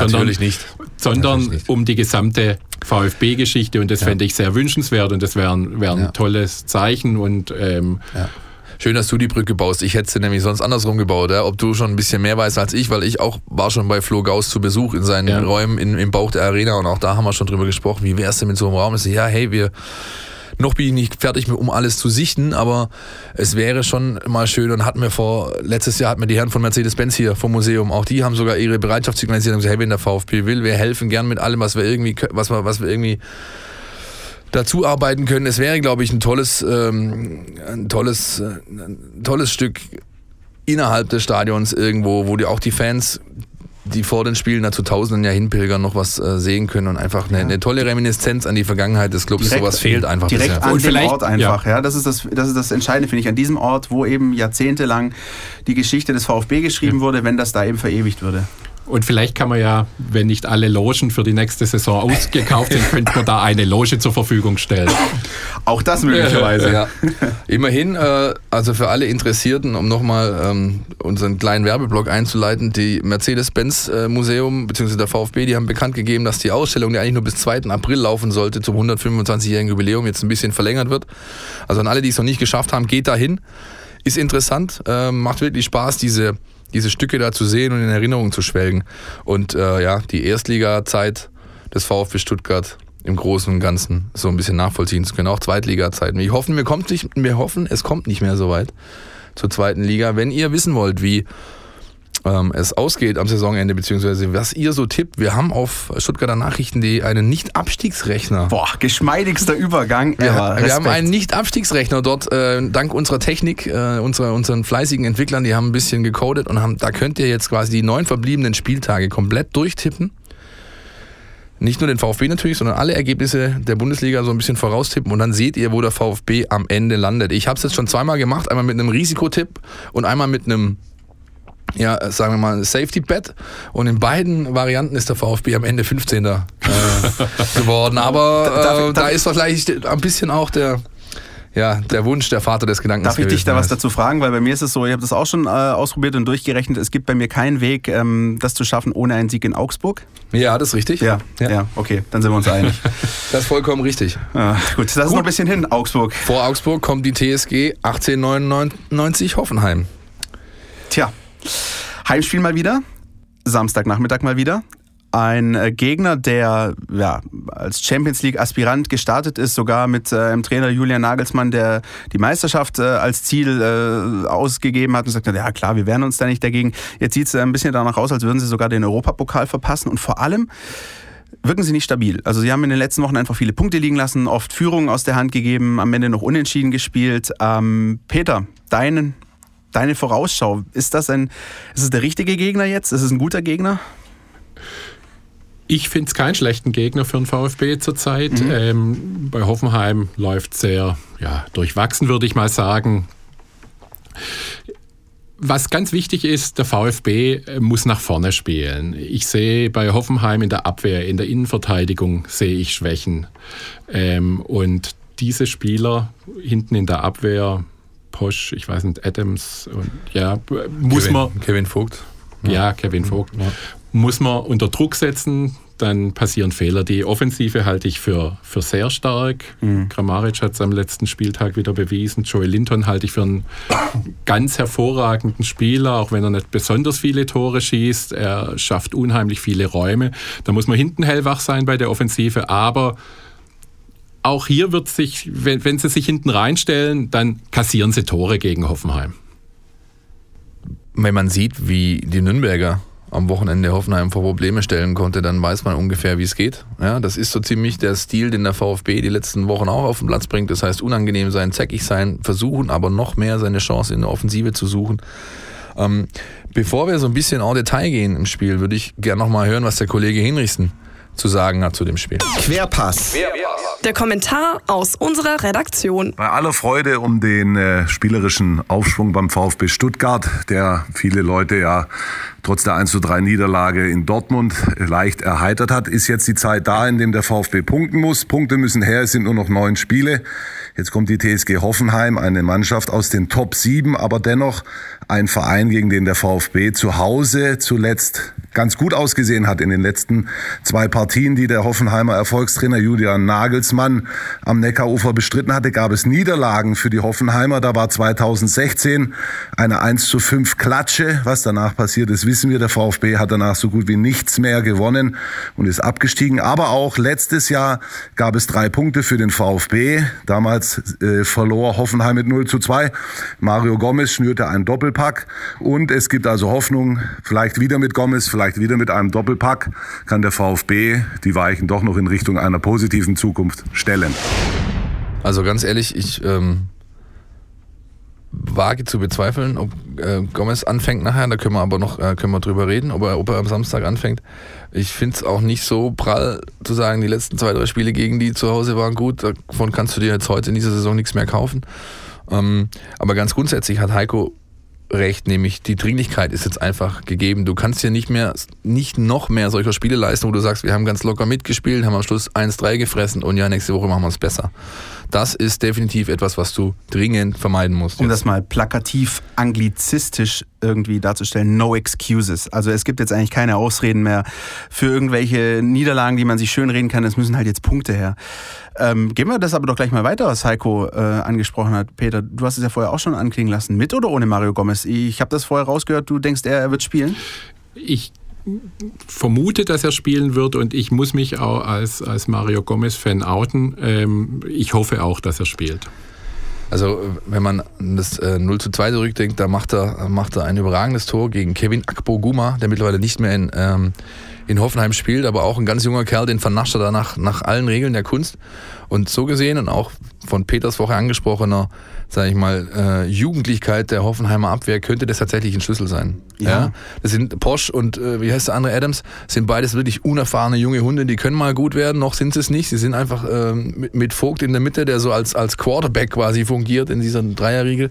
Speaker 4: sondern um die gesamte VfB-Geschichte, und das fände ich sehr wünschenswert und das wäre ein tolles Zeichen und
Speaker 3: Schön, dass du die Brücke baust. Ich hätte sie nämlich sonst andersrum gebaut, ja? Ob du schon ein bisschen mehr weißt als ich, weil ich auch war schon bei Flo Gauss zu Besuch in seinen Räumen im Bauch der Arena, und auch da haben wir schon drüber gesprochen, wie wär's denn mit so einem Raum? Ich so, noch bin ich nicht fertig, um alles zu sichten, aber es wäre schon mal schön, und letztes Jahr hatten wir die Herren von Mercedes-Benz hier vom Museum, auch die haben sogar ihre Bereitschaft signalisiert und gesagt, hey, wenn der VfB will, wir helfen gern mit allem, was wir irgendwie dazu arbeiten können. Es wäre, glaube ich, ein tolles Stück innerhalb des Stadions irgendwo, wo auch die Fans, die vor den Spielen da zu Tausenden hinpilgern, noch was sehen können und einfach eine tolle Reminiszenz an die Vergangenheit des Clubs. Sowas fehlt einfach
Speaker 2: direkt
Speaker 3: bisher.
Speaker 2: An dem Ort einfach. Ja. Das ist das Entscheidende, finde ich, an diesem Ort, wo eben jahrzehntelang die Geschichte des VfB geschrieben wurde, wenn das da eben verewigt würde.
Speaker 4: Und vielleicht kann man ja, wenn nicht alle Logen für die nächste Saison ausgekauft sind, könnte man da eine Loge zur Verfügung stellen.
Speaker 2: Auch das möglicherweise.
Speaker 3: Ja. Immerhin, also für alle Interessierten, um nochmal unseren kleinen Werbeblock einzuleiten, die Mercedes-Benz-Museum bzw. der VfB, die haben bekannt gegeben, dass die Ausstellung, die eigentlich nur bis 2. April laufen sollte, zum 125-jährigen Jubiläum, jetzt ein bisschen verlängert wird. Also an alle, die es noch nicht geschafft haben, geht dahin. Ist interessant, macht wirklich Spaß, diese Stücke da zu sehen und in Erinnerung zu schwelgen. Und die Erstliga-Zeit des VfB Stuttgart im Großen und Ganzen so ein bisschen nachvollziehen zu können. Auch Zweitliga-Zeiten. Wir hoffen, es kommt nicht mehr so weit, zur zweiten Liga. Wenn ihr wissen wollt, wie es ausgeht am Saisonende, beziehungsweise was ihr so tippt, wir haben auf Stuttgarter Nachrichten.de einen Nicht-Abstiegsrechner.
Speaker 2: Boah, geschmeidigster Übergang.
Speaker 3: Wir haben einen Nicht-Abstiegsrechner dort, dank unserer Technik, unseren fleißigen Entwicklern, die haben ein bisschen gecodet und da könnt ihr jetzt quasi die 9 verbliebenen Spieltage komplett durchtippen. Nicht nur den VfB natürlich, sondern alle Ergebnisse der Bundesliga so ein bisschen voraustippen und dann seht ihr, wo der VfB am Ende landet. Ich habe es jetzt schon zweimal gemacht, einmal mit einem Risikotipp und einmal mit einem, ja, sagen wir mal, Safety-Bet. Und in beiden Varianten ist der VfB am Ende 15. geworden. Aber da ist doch vielleicht ein bisschen auch der Wunsch, der Vater des Gedankens.
Speaker 2: Darf ich dich da was dazu fragen? Weil bei mir ist es so, ich habe das auch schon ausprobiert und durchgerechnet, es gibt bei mir keinen Weg, das zu schaffen ohne einen Sieg in Augsburg.
Speaker 3: Ja, das ist richtig.
Speaker 2: Ja, okay, dann sind wir uns einig.
Speaker 3: Das ist vollkommen richtig.
Speaker 2: Gut, das ist noch ein bisschen hin, Augsburg.
Speaker 3: Vor Augsburg kommt die TSG 1899 Hoffenheim.
Speaker 2: Tja, Heimspiel mal wieder, Samstagnachmittag mal wieder. Ein Gegner, der als Champions League Aspirant gestartet ist, sogar mit dem Trainer Julian Nagelsmann, der die Meisterschaft als Ziel ausgegeben hat und gesagt hat, ja klar, wir wehren uns da nicht dagegen. Jetzt sieht es ein bisschen danach aus, als würden sie sogar den Europapokal verpassen und vor allem wirken sie nicht stabil. Also sie haben in den letzten Wochen einfach viele Punkte liegen lassen, oft Führungen aus der Hand gegeben, am Ende noch unentschieden gespielt. Peter, deine Vorausschau, ist es der richtige Gegner jetzt? Ist es ein guter Gegner?
Speaker 4: Ich finde es keinen schlechten Gegner für den VfB zurzeit. Bei Hoffenheim läuft sehr durchwachsen, würde ich mal sagen. Was ganz wichtig ist, der VfB muss nach vorne spielen. Ich sehe bei Hoffenheim in der Abwehr, in der Innenverteidigung sehe ich Schwächen. Und diese Spieler hinten in der Abwehr, Posch, ich weiß nicht, Adams, und
Speaker 3: Kevin Vogt.
Speaker 4: Ja, Kevin Vogt. Ja. Muss man unter Druck setzen, dann passieren Fehler. Die Offensive halte ich für sehr stark. Kramaric hat es am letzten Spieltag wieder bewiesen. Joey Linton halte ich für einen ganz hervorragenden Spieler, auch wenn er nicht besonders viele Tore schießt. Er schafft unheimlich viele Räume. Da muss man hinten hellwach sein bei der Offensive, aber auch hier wird sich, wenn sie sich hinten reinstellen, dann kassieren sie Tore gegen Hoffenheim.
Speaker 3: Wenn man sieht, wie die Nürnberger am Wochenende Hoffenheim vor Probleme stellen konnte, dann weiß man ungefähr, wie es geht. Ja, das ist so ziemlich der Stil, den der VfB die letzten Wochen auch auf den Platz bringt. Das heißt, unangenehm sein, zackig sein, versuchen aber noch mehr seine Chance in der Offensive zu suchen. Bevor wir so ein bisschen en Detail gehen im Spiel, würde ich gerne noch mal hören, was der Kollege Hinrichsen zu sagen hat zu dem Spiel.
Speaker 1: Querpass. Der Kommentar aus unserer Redaktion.
Speaker 5: Bei aller Freude um den spielerischen Aufschwung beim VfB Stuttgart, der viele Leute ja trotz der 1:3 Niederlage in Dortmund leicht erheitert hat, ist jetzt die Zeit da, in dem der VfB punkten muss. Punkte müssen her, es sind nur noch 9 Spiele. Jetzt kommt die TSG Hoffenheim, eine Mannschaft aus den Top 7, aber dennoch ein Verein, gegen den der VfB zu Hause zuletzt ganz gut ausgesehen hat in den letzten 2 Partien, die der Hoffenheimer Erfolgstrainer Julian Nagelsmann am Neckarufer bestritten hatte, gab es Niederlagen für die Hoffenheimer. Da war 2016 eine 1:5 Klatsche. Was danach passiert ist, wissen wir. Der VfB hat danach so gut wie nichts mehr gewonnen und ist abgestiegen. Aber auch letztes Jahr gab es 3 Punkte für den VfB. Damals verlor Hoffenheim mit 0:2. Mario Gomez schnürte einen Doppelpack. Und es gibt also Hoffnung, vielleicht wieder mit Gomez, vielleicht wieder mit einem Doppelpack, kann der VfB die Weichen doch noch in Richtung einer positiven Zukunft stellen.
Speaker 3: Also ganz ehrlich, ich wage zu bezweifeln, ob Gomez anfängt nachher, da können wir drüber reden, ob er am Samstag anfängt. Ich finde es auch nicht so prall zu sagen, die letzten 2, 3 Spiele gegen die zu Hause waren gut, davon kannst du dir jetzt heute in dieser Saison nichts mehr kaufen. Aber ganz grundsätzlich hat Heiko recht, nämlich die Dringlichkeit ist jetzt einfach gegeben. Du kannst dir nicht noch mehr solcher Spiele leisten, wo du sagst, wir haben ganz locker mitgespielt, haben am Schluss 1:3 gefressen und ja, nächste Woche machen wir es besser. Das ist definitiv etwas, was du dringend vermeiden musst.
Speaker 2: Um das mal plakativ anglizistisch irgendwie darzustellen, no excuses. Also es gibt jetzt eigentlich keine Ausreden mehr für irgendwelche Niederlagen, die man sich schönreden kann. Es müssen halt jetzt Punkte her. Gehen wir das aber doch gleich mal weiter, was Heiko angesprochen hat. Peter, du hast es ja vorher auch schon anklingen lassen. Mit oder ohne Mario Gomez? Ich habe das vorher rausgehört, du denkst, er wird spielen?
Speaker 4: Ich vermute, dass er spielen wird und ich muss mich auch als Mario Gomez-Fan outen. Ich hoffe auch, dass er spielt.
Speaker 3: Also wenn man das 0:2 zurückdenkt, da macht er ein überragendes Tor gegen Kevin Akpoguma, der mittlerweile nicht mehr in Hoffenheim spielt, aber auch ein ganz junger Kerl, den vernascht er da nach allen Regeln der Kunst. Und so gesehen und auch von Peters vorher angesprochener, sage ich mal, Jugendlichkeit der Hoffenheimer Abwehr könnte das tatsächlich ein Schlüssel sein. Ja. Das sind Posch und wie heißt der andere, Adams, sind beides wirklich unerfahrene junge Hunde, die können mal gut werden, noch sind sie es nicht. Sie sind einfach mit Vogt in der Mitte, der so als Quarterback quasi fungiert in dieser Dreierriegel.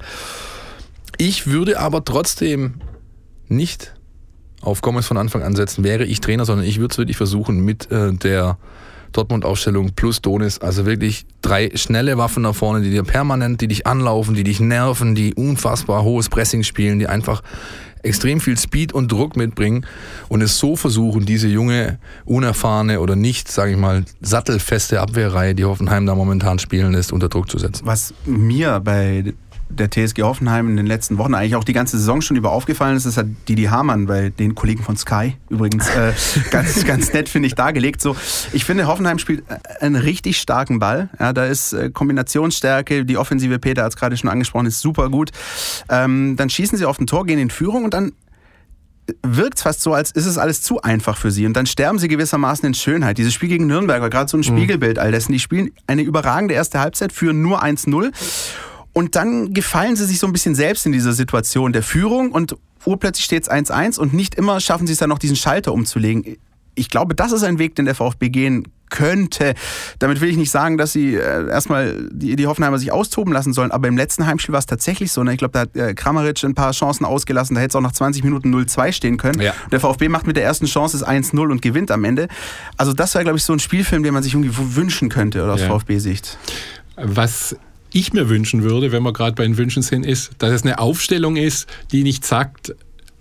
Speaker 3: Ich würde aber trotzdem nicht auf Gomez von Anfang an setzen, wäre ich Trainer, sondern ich würde es wirklich versuchen mit der Dortmund-Aufstellung plus Donis, also wirklich 3 schnelle Waffen da vorne, die dir permanent, die dich anlaufen, die dich nerven, die unfassbar hohes Pressing spielen, die einfach extrem viel Speed und Druck mitbringen und es so versuchen, diese junge, unerfahrene oder nicht, sage ich mal, sattelfeste Abwehrreihe, die Hoffenheim da momentan spielen lässt, unter Druck zu setzen.
Speaker 2: Was mir bei der TSG Hoffenheim in den letzten Wochen, eigentlich auch die ganze Saison schon über aufgefallen ist, hat Didi Hamann bei den Kollegen von Sky übrigens ganz nett, finde ich, dargelegt. So, ich finde, Hoffenheim spielt einen richtig starken Ball. Ja, da ist Kombinationsstärke, die Offensive, Peter hat es gerade schon angesprochen, ist super gut. Dann schießen sie auf ein Tor, gehen in Führung und dann wirkt es fast so, als ist es alles zu einfach für sie. Und dann sterben sie gewissermaßen in Schönheit. Dieses Spiel gegen Nürnberg war gerade so ein Spiegelbild all dessen. Die spielen eine überragende erste Halbzeit, führen nur 1-0. Und dann gefallen sie sich so ein bisschen selbst in dieser Situation der Führung und urplötzlich steht es 1-1 und nicht immer schaffen sie es dann noch, diesen Schalter umzulegen. Ich glaube, das ist ein Weg, den der VfB gehen könnte. Damit will ich nicht sagen, dass sie erstmal die Hoffenheimer sich austoben lassen sollen, aber im letzten Heimspiel war es tatsächlich so. Ne? Ich glaube, da hat Kramaric ein paar Chancen ausgelassen, da hätte es auch nach 20 Minuten 0-2 stehen können. Ja. Der VfB macht mit der ersten Chance das 1-0 und gewinnt am Ende. Also das wäre, glaube ich, so ein Spielfilm, den man sich irgendwie wünschen könnte oder aus VfB-Sicht.
Speaker 4: Was ich mir wünschen würde, wenn wir gerade bei den Wünschen sind, ist, dass es eine Aufstellung ist, die nicht sagt,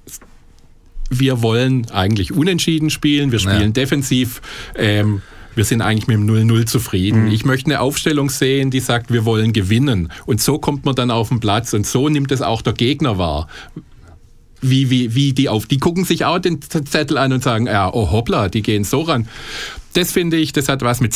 Speaker 4: wir wollen eigentlich unentschieden spielen, wir spielen defensiv, wir sind eigentlich mit dem 0-0 zufrieden. Ich möchte eine Aufstellung sehen, die sagt, wir wollen gewinnen. Und so kommt man dann auf den Platz und so nimmt es auch der Gegner wahr. Die gucken sich auch den Zettel an und sagen, ja, oh hoppla, die gehen so ran. Das finde ich, das hat was mit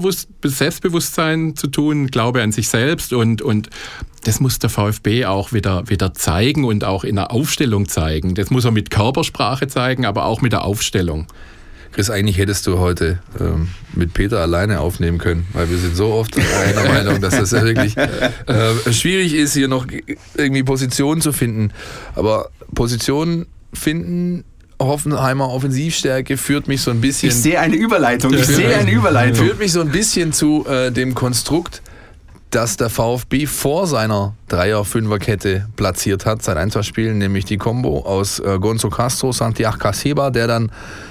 Speaker 4: Selbstbewusstsein zu tun, Glaube an sich selbst und das muss der VfB auch wieder zeigen und auch in der Aufstellung zeigen. Das muss er mit Körpersprache zeigen, aber auch mit der Aufstellung.
Speaker 3: Chris, eigentlich hättest du heute mit Peter alleine aufnehmen können, weil wir sind so oft einer Meinung, dass das ja wirklich schwierig ist, hier noch irgendwie Positionen zu finden. Aber Positionen finden, Hoffenheimer Offensivstärke führt mich so ein bisschen...
Speaker 2: Ich sehe eine Überleitung.
Speaker 3: Führt mich so ein bisschen zu dem Konstrukt, dass der VfB vor seiner 3er-5er-Kette platziert hat, seit 1-2 Spielen, nämlich die Kombo aus Gonzo Castro, Santiago Casiba, der dann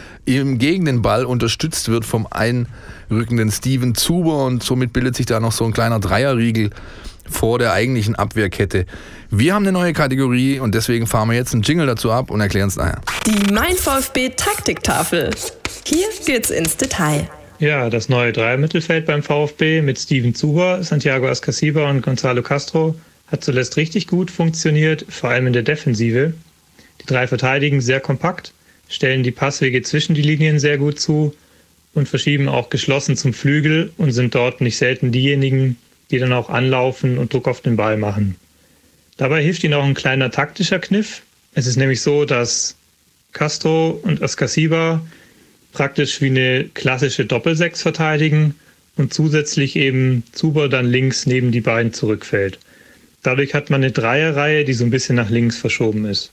Speaker 3: gegen den Ball unterstützt wird vom einrückenden Steven Zuber und somit bildet sich da noch so ein kleiner Dreierriegel vor der eigentlichen Abwehrkette. Wir haben eine neue Kategorie und deswegen fahren wir jetzt einen Jingle dazu ab und erklären es nachher.
Speaker 1: Die Mein VfB Taktiktafel. Hier geht's ins Detail.
Speaker 6: Ja, das neue Dreier-Mittelfeld beim VfB mit Steven Zuber, Santiago Ascasiba und Gonzalo Castro hat zuletzt richtig gut funktioniert, vor allem in der Defensive. Die 3 verteidigen sehr kompakt, stellen die Passwege zwischen die Linien sehr gut zu und verschieben auch geschlossen zum Flügel und sind dort nicht selten diejenigen, die dann auch anlaufen und Druck auf den Ball machen. Dabei hilft ihnen auch ein kleiner taktischer Kniff. Es ist nämlich so, dass Castro und Ascasiba praktisch wie eine klassische Doppelsechs verteidigen und zusätzlich eben Zuber dann links neben die beiden zurückfällt. Dadurch hat man eine Dreierreihe, die so ein bisschen nach links verschoben ist.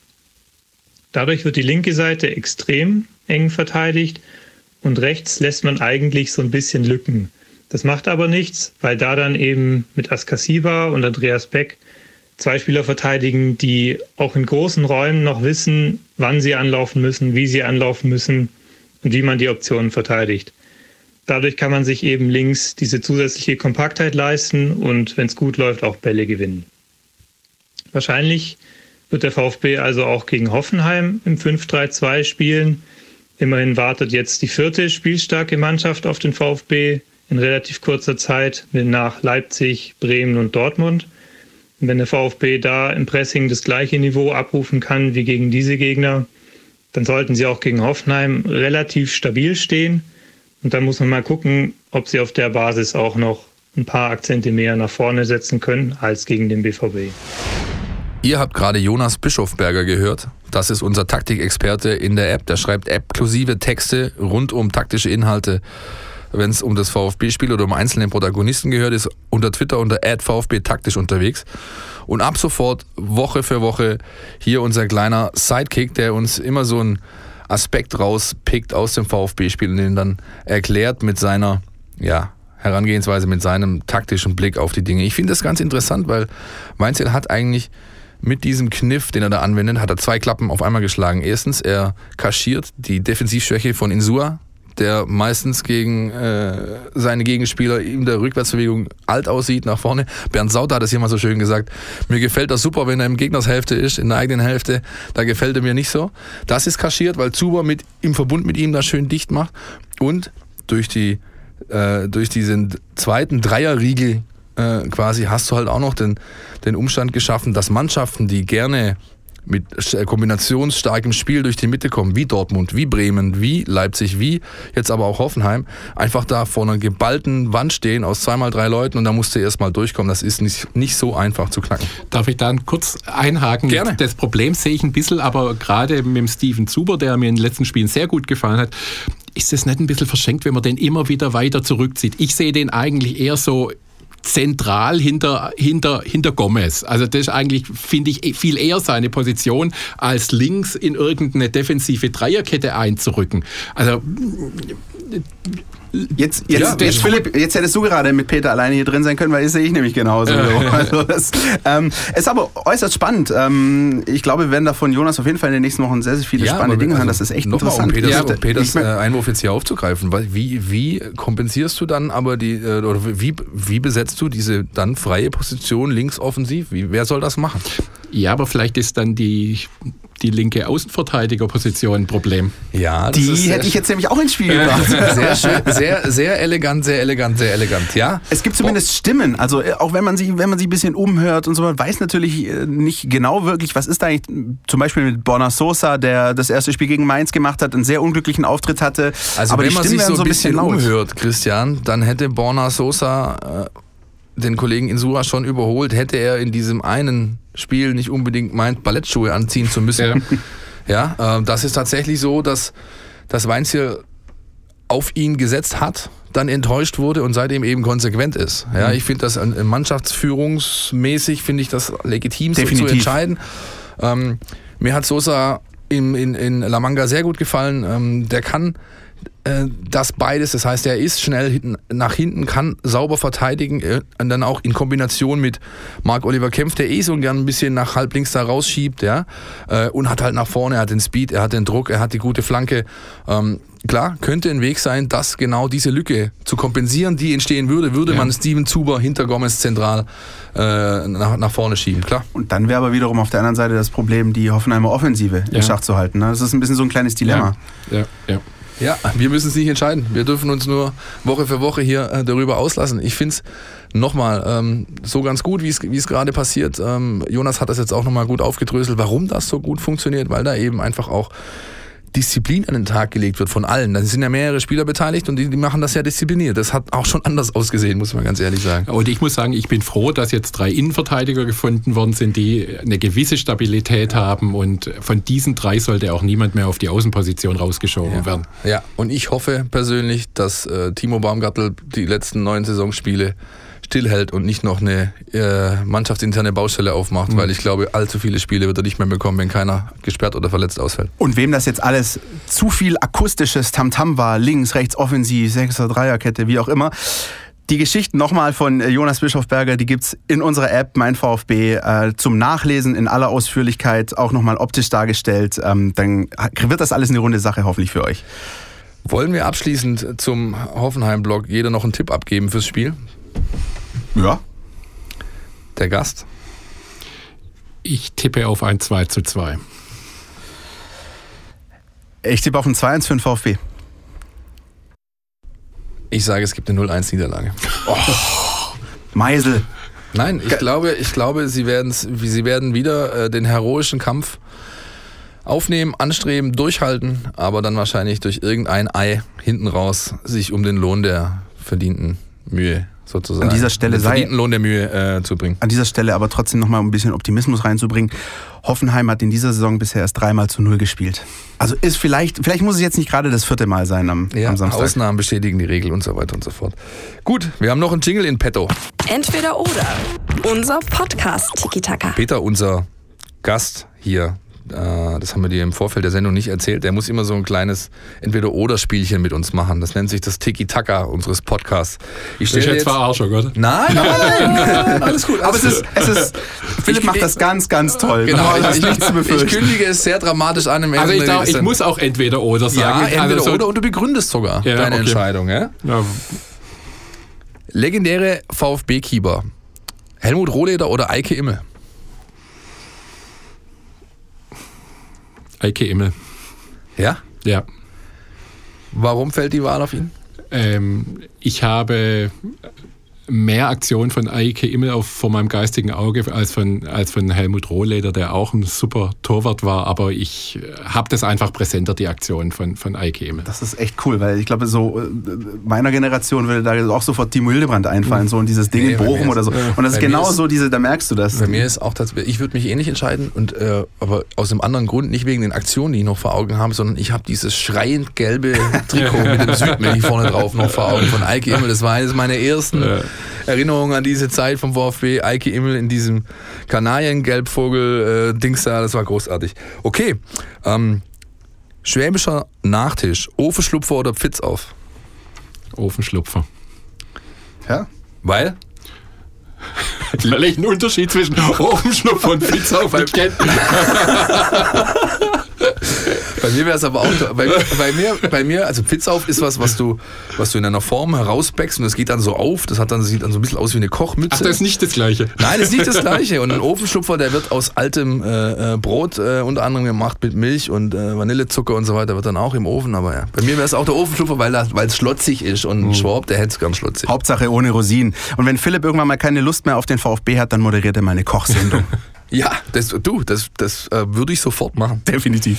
Speaker 6: Dadurch wird die linke Seite extrem eng verteidigt und rechts lässt man eigentlich so ein bisschen Lücken. Das macht aber nichts, weil da dann eben mit Ascasiba und Andreas Beck 2 Spieler verteidigen, die auch in großen Räumen noch wissen, wann sie anlaufen müssen, wie sie anlaufen müssen und wie man die Optionen verteidigt. Dadurch kann man sich eben links diese zusätzliche Kompaktheit leisten und, wenn es gut läuft, auch Bälle gewinnen. Wahrscheinlich wird der VfB also auch gegen Hoffenheim im 5-3-2 spielen. Immerhin wartet jetzt die 4. spielstarke Mannschaft auf den VfB in relativ kurzer Zeit nach Leipzig, Bremen und Dortmund. Und wenn der VfB da im Pressing das gleiche Niveau abrufen kann wie gegen diese Gegner, dann sollten sie auch gegen Hoffenheim relativ stabil stehen. Und dann muss man mal gucken, ob sie auf der Basis auch noch ein paar Akzente mehr nach vorne setzen können als gegen den BVB.
Speaker 3: Ihr habt gerade Jonas Bischofberger gehört. Das ist unser Taktikexperte in der App. Der schreibt exklusive Texte rund um taktische Inhalte, wenn es um das VfB-Spiel oder um einzelne Protagonisten gehört, ist unter Twitter unter @VfB taktisch unterwegs. Und ab sofort Woche für Woche hier unser kleiner Sidekick, der uns immer so einen Aspekt rauspickt aus dem VfB-Spiel und den dann erklärt mit seiner Herangehensweise, mit seinem taktischen Blick auf die Dinge. Ich finde das ganz interessant, weil Weinzierl hat eigentlich mit diesem Kniff, den er da anwendet, hat er 2 Klappen auf einmal geschlagen. Erstens, er kaschiert die Defensivschwäche von Insua, der meistens gegen seine Gegenspieler in der Rückwärtsbewegung alt aussieht nach vorne. Bernd Sauter hat das hier mal so schön gesagt. Mir gefällt das super, wenn er im Gegners Hälfte ist, in der eigenen Hälfte. Da gefällt er mir nicht so. Das ist kaschiert, weil Zuber im Verbund mit ihm das schön dicht macht. Und durch diesen zweiten Dreierriegel quasi hast du halt auch noch den Umstand geschaffen, dass Mannschaften, die gerne mit kombinationsstarkem Spiel durch die Mitte kommen, wie Dortmund, wie Bremen, wie Leipzig, wie jetzt aber auch Hoffenheim, einfach da vor einer geballten Wand stehen aus 2x3 Leuten und da musst du erstmal durchkommen. Das ist nicht so einfach zu knacken.
Speaker 4: Darf ich da kurz einhaken?
Speaker 3: Gerne.
Speaker 4: Das Problem sehe ich ein bisschen, aber gerade mit dem Steven Zuber, der mir in den letzten Spielen sehr gut gefallen hat, ist es nicht ein bisschen verschenkt, wenn man den immer wieder weiter zurückzieht? Ich sehe den eigentlich eher so zentral hinter Gomez. Also das ist eigentlich, finde ich, viel eher seine Position, als links in irgendeine defensive Dreierkette einzurücken. Also
Speaker 2: Jetzt Philipp, jetzt hättest du gerade mit Peter alleine hier drin sein können, weil das sehe ich nämlich genauso. Also das ist aber äußerst spannend. Ich glaube, wir werden da von Jonas auf jeden Fall in den nächsten Wochen sehr, sehr viele spannende Dinge hören. Das ist echt interessant.
Speaker 3: Um Peters Einwurf jetzt hier aufzugreifen, wie kompensierst du dann aber wie besetzt du diese dann freie Position links offensiv? Wer soll das machen?
Speaker 4: Ja, aber vielleicht ist dann die linke Außenverteidigerposition ein Problem.
Speaker 2: Ja, die hätte ich jetzt nämlich auch ins Spiel gebracht.
Speaker 3: Sehr schön, sehr elegant, ja.
Speaker 2: Es gibt zumindest Stimmen, also auch wenn man sich ein bisschen umhört und so, man weiß natürlich nicht genau wirklich, was ist da eigentlich, zum Beispiel mit Borna Sosa, der das erste Spiel gegen Mainz gemacht hat, einen sehr unglücklichen Auftritt hatte.
Speaker 3: Also
Speaker 2: aber
Speaker 3: wenn
Speaker 2: die
Speaker 3: man
Speaker 2: Stimmen
Speaker 3: sich so ein
Speaker 2: werden
Speaker 3: bisschen umhört, Christian, dann hätte Borna Sosa den Kollegen Insua schon überholt, hätte er in diesem einen Spiel nicht unbedingt meint, Ballettschuhe anziehen zu müssen. Ja, das ist tatsächlich so, dass Weinzierl auf ihn gesetzt hat, dann enttäuscht wurde und seitdem eben konsequent ist. Ja, ich finde das mannschaftsführungsmäßig, finde ich das legitim, so zu entscheiden. Mir hat Sosa in La Manga sehr gut gefallen. Der kann das beides, das heißt, er ist schnell nach hinten, kann sauber verteidigen und dann auch in Kombination mit Marc-Oliver Kempf, der so gern ein bisschen nach halb links da rausschiebt, ja, und hat halt nach vorne, er hat den Speed, er hat den Druck, er hat die gute Flanke. Klar, könnte ein Weg sein, dass genau diese Lücke zu kompensieren, die entstehen würde man Steven Zuber hinter Gomez zentral nach vorne schieben, klar.
Speaker 2: Und dann wäre aber wiederum auf der anderen Seite das Problem, die Hoffenheimer Offensive in Schach zu halten. Das ist ein bisschen so ein kleines Dilemma.
Speaker 3: Ja, wir müssen es nicht entscheiden. Wir dürfen uns nur Woche für Woche hier darüber auslassen. Ich finde es nochmal so ganz gut, wie es gerade passiert. Jonas hat das jetzt auch nochmal gut aufgedröselt, warum das so gut funktioniert, weil da eben einfach auch Disziplin an den Tag gelegt wird von allen. Da sind ja mehrere Spieler beteiligt und die machen das ja diszipliniert. Das hat auch schon anders ausgesehen, muss man ganz ehrlich sagen.
Speaker 4: Und ich muss sagen, ich bin froh, dass jetzt 3 Innenverteidiger gefunden worden sind, die eine gewisse Stabilität haben und von diesen 3 sollte auch niemand mehr auf die Außenposition rausgeschoben werden.
Speaker 3: Ja, und ich hoffe persönlich, dass Timo Baumgartl die letzten 9 Saisonspiele stillhält und nicht noch eine mannschaftsinterne Baustelle aufmacht, weil ich glaube, allzu viele Spiele wird er nicht mehr bekommen, wenn keiner gesperrt oder verletzt ausfällt.
Speaker 2: Und wem das jetzt alles zu viel akustisches Tamtam war, links, rechts, offensiv, 6er, Dreierkette, wie auch immer, die Geschichten nochmal von Jonas Bischofberger, die gibt's in unserer App, mein VfB, zum Nachlesen in aller Ausführlichkeit, auch nochmal optisch dargestellt. Dann wird das alles eine runde Sache hoffentlich für euch.
Speaker 3: Wollen wir abschließend zum Hoffenheim-Blog jeder noch einen Tipp abgeben fürs Spiel?
Speaker 2: Ja.
Speaker 3: Der Gast?
Speaker 4: Ich tippe auf ein 2:2.
Speaker 2: Ich tippe auf ein 2-1 für den VfB.
Speaker 3: Ich sage, es gibt eine 0-1-Niederlage.
Speaker 2: Meisel.
Speaker 3: Nein, ich glaube, sie werden wieder den heroischen Kampf aufnehmen, anstreben, durchhalten, aber dann wahrscheinlich durch irgendein Ei hinten raus sich um den Lohn der verdienten Mühe sozusagen.
Speaker 2: An dieser Stelle
Speaker 3: den verdienten Lohn der Mühe zu bringen.
Speaker 2: An dieser Stelle aber trotzdem nochmal ein bisschen Optimismus reinzubringen. Hoffenheim hat in dieser Saison bisher erst 3-0 gespielt. Also ist vielleicht muss es jetzt nicht gerade das 4. Mal sein am Samstag.
Speaker 3: Ausnahmen bestätigen die Regel und so weiter und so fort. Gut, wir haben noch einen Jingle in petto.
Speaker 1: Entweder oder. Unser Podcast Tiki-Taka.
Speaker 3: Peter, unser Gast hier, das haben wir dir im Vorfeld der Sendung nicht erzählt, der muss immer so ein kleines Entweder-Oder-Spielchen mit uns machen. Das nennt sich das Tiki-Taka unseres Podcasts.
Speaker 4: Ich stelle jetzt Verarschung, oder?
Speaker 3: Nein, alles gut.
Speaker 2: Aber es ist Philipp macht das ganz, ganz toll.
Speaker 3: Genau,
Speaker 2: ich
Speaker 3: kündige es sehr dramatisch an im
Speaker 4: Ende. Also ich muss auch Entweder-Oder sagen.
Speaker 3: Ja, Entweder-Oder und du begründest sogar deine Entscheidung. Ja? Ja. Legendäre VfB-Keeper. Helmut Rohleder oder Eike Immel?
Speaker 4: Eike Immel.
Speaker 3: Ja?
Speaker 4: Ja.
Speaker 3: Warum fällt die Wahl auf ihn?
Speaker 4: Ich habe mehr Aktionen von Eike Immel vor meinem geistigen Auge als von Helmut Rohleder, der auch ein super Torwart war, aber ich habe das einfach präsenter, die Aktion von Eike Immel.
Speaker 2: Das ist echt cool, weil ich glaube, so meiner Generation würde da auch sofort Timo Hildebrand einfallen, so und dieses Ding in Bochum oder so. Und das ist genau so, da merkst du das.
Speaker 3: Bei mir ist auch das, ich würde mich ähnlich entscheiden, aber aus einem anderen Grund, nicht wegen den Aktionen, die ich noch vor Augen habe, sondern ich habe dieses schreiend gelbe Trikot mit dem Südmilch vorne drauf noch vor Augen von Eike Immel. Das war eines meiner ersten Erinnerungen an diese Zeit vom VfB, Eike Immel in diesem Kanariengelbvogel-Dings da, das war großartig. Okay, schwäbischer Nachtisch, Ofenschlupfer oder Pfitzauf?
Speaker 4: Ofenschlupfer.
Speaker 2: Ja?
Speaker 3: Weil?
Speaker 4: Weil ich einen Unterschied zwischen Ofenschlupfer und Pfitzauf nicht kenne.
Speaker 3: Bei mir wäre es aber auch, bei mir, also Pfitzauf ist was du in einer Form herausbäckst und es geht dann so auf, sieht dann so ein bisschen aus wie eine Kochmütze.
Speaker 4: Ach, das ist nicht das Gleiche.
Speaker 3: Nein, das ist nicht das Gleiche. Und ein Ofenschlupfer, der wird aus altem Brot unter anderem gemacht mit Milch und Vanillezucker und so weiter, wird dann auch im Ofen, aber ja. Bei mir wäre es auch der Ofenschlupfer, weil es schlotzig ist und ein Schwab, der hätte es gern schlotzig.
Speaker 2: Hauptsache ohne Rosinen. Und wenn Philipp irgendwann mal keine Lust mehr auf den VfB hat, dann moderiert er mal eine Kochsendung.
Speaker 3: Ja, das würde ich sofort machen.
Speaker 2: Definitiv.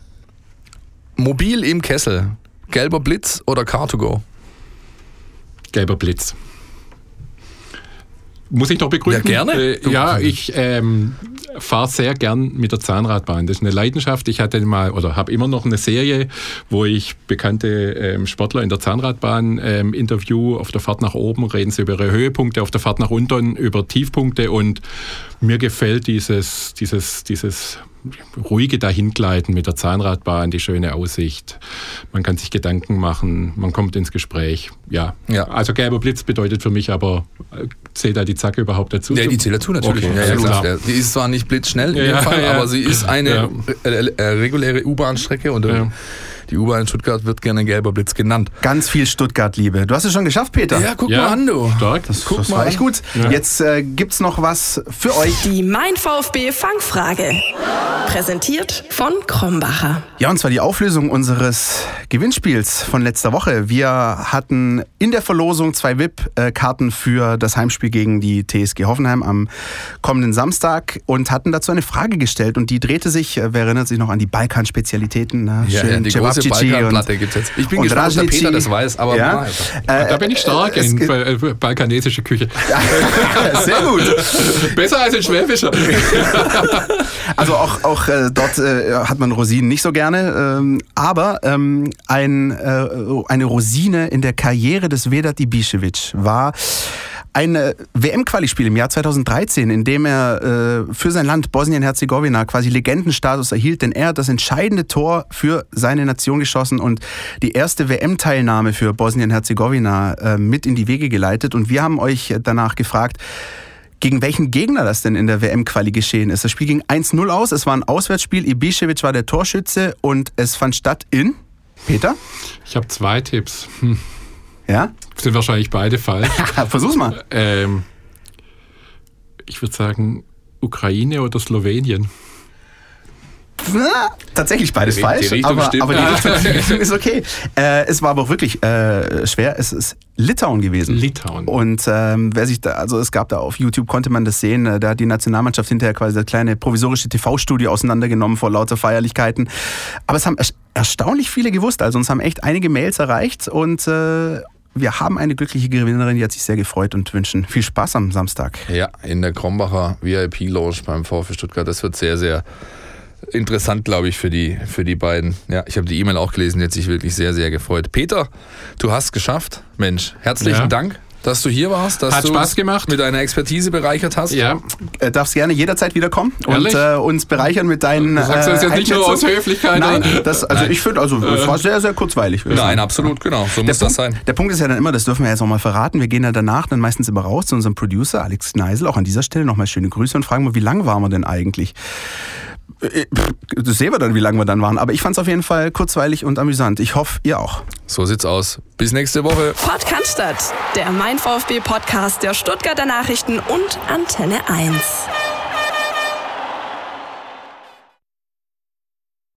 Speaker 3: Mobil im Kessel. Gelber Blitz oder Car2Go?
Speaker 4: Gelber Blitz. Muss ich noch begründen?
Speaker 3: Ja, gerne.
Speaker 4: Ich fahre sehr gern mit der Zahnradbahn. Das ist eine Leidenschaft. Ich hatte habe immer noch eine Serie, wo ich bekannte Sportler in der Zahnradbahn interview. Auf der Fahrt nach oben reden sie über ihre Höhepunkte, auf der Fahrt nach unten über Tiefpunkte. Und mir gefällt dieses ruhige Dahingleiten mit der Zahnradbahn, die schöne Aussicht. Man kann sich Gedanken machen, man kommt ins Gespräch. Ja. Also gelber Blitz bedeutet für mich aber, zählt da die Zacke überhaupt dazu?
Speaker 3: Ja, die zählt dazu natürlich.
Speaker 4: Okay,
Speaker 3: ja, die ist zwar nicht blitzschnell in dem Fall, aber sie ist eine reguläre U-Bahn-Strecke und die U-Bahn in Stuttgart wird gerne gelber Blitz genannt.
Speaker 2: Ganz viel Stuttgart-Liebe. Du hast es schon geschafft, Peter.
Speaker 3: Ja, guck mal an, du.
Speaker 2: Stark. Das war echt gut. Ja. Jetzt gibt's noch was für euch.
Speaker 1: Die Mein VfB Fangfrage. Präsentiert von Krombacher.
Speaker 2: Ja, und zwar die Auflösung unseres Gewinnspiels von letzter Woche. Wir hatten in der Verlosung 2 VIP-Karten für das Heimspiel gegen die TSG Hoffenheim am kommenden Samstag und hatten dazu eine Frage gestellt. Und die drehte sich, wer erinnert sich noch an die Balkan-Spezialitäten?
Speaker 3: Die große Balkanplatte gibt es jetzt. Ich bin gespannt, ob der Peter das weiß, aber
Speaker 4: da bin ich stark in balkanesische Küche.
Speaker 2: Sehr gut.
Speaker 4: Besser als in Schwäbischer.
Speaker 2: Also auch dort hat man Rosinen nicht so gerne, aber eine Rosine in der Karriere des Vedat Ibišević war ein WM-Quali-Spiel im Jahr 2013, in dem er für sein Land Bosnien-Herzegowina quasi Legendenstatus erhielt, denn er hat das entscheidende Tor für seine Nation geschossen und die erste WM-Teilnahme für Bosnien-Herzegowina mit in die Wege geleitet. Und wir haben euch danach gefragt, gegen welchen Gegner das denn in der WM-Quali geschehen ist. Das Spiel ging 1-0 aus, es war ein Auswärtsspiel, Ibišević war der Torschütze und es fand statt in... Peter?
Speaker 4: Ich habe 2 Tipps.
Speaker 2: Ja?
Speaker 4: Sind wahrscheinlich beide falsch.
Speaker 2: Versuch's mal.
Speaker 4: Ich würde sagen Ukraine oder Slowenien.
Speaker 2: Tatsächlich beides falsch, aber die Richtung ist okay. Es war aber auch wirklich schwer. Es ist Litauen gewesen.
Speaker 4: Litauen.
Speaker 2: Und es gab da auf YouTube, konnte man das sehen, da hat die Nationalmannschaft hinterher quasi das kleine provisorische TV-Studio auseinandergenommen vor lauter Feierlichkeiten. Aber es haben erstaunlich viele gewusst. Also uns haben echt einige Mails erreicht und wir haben eine glückliche Gewinnerin, die hat sich sehr gefreut und wünschen viel Spaß am Samstag.
Speaker 3: Ja, in der Krombacher VIP-Lounge beim VfB Stuttgart. Das wird sehr, sehr interessant, glaube ich, für die beiden. Ja, ich habe die E-Mail auch gelesen, die hat sich wirklich sehr, sehr gefreut. Peter, du hast es geschafft. Mensch, herzlichen Dank, dass du hier warst, dass du Spaß gemacht. Mit deiner Expertise bereichert hast.
Speaker 2: Ja. Darfst gerne jederzeit wiederkommen und uns bereichern mit deinen
Speaker 4: Du sagst das jetzt nicht nur aus Höflichkeit.
Speaker 2: Nein, ich finde, es war sehr, sehr kurzweilig.
Speaker 3: Nein, absolut, genau. So muss das sein.
Speaker 2: Der Punkt ist ja dann immer, das dürfen wir jetzt auch mal verraten, wir gehen ja danach dann meistens immer raus zu unserem Producer Alex Kneisel, auch an dieser Stelle nochmal schöne Grüße und fragen wir, wie lang waren wir denn eigentlich? Das sehen wir dann, wie lange wir dann waren. Aber ich fand es auf jeden Fall kurzweilig und amüsant. Ich hoffe, ihr auch.
Speaker 3: So sieht's aus. Bis nächste Woche.
Speaker 1: Podcast, der Mein VfB Podcast der Stuttgarter Nachrichten und Antenne 1.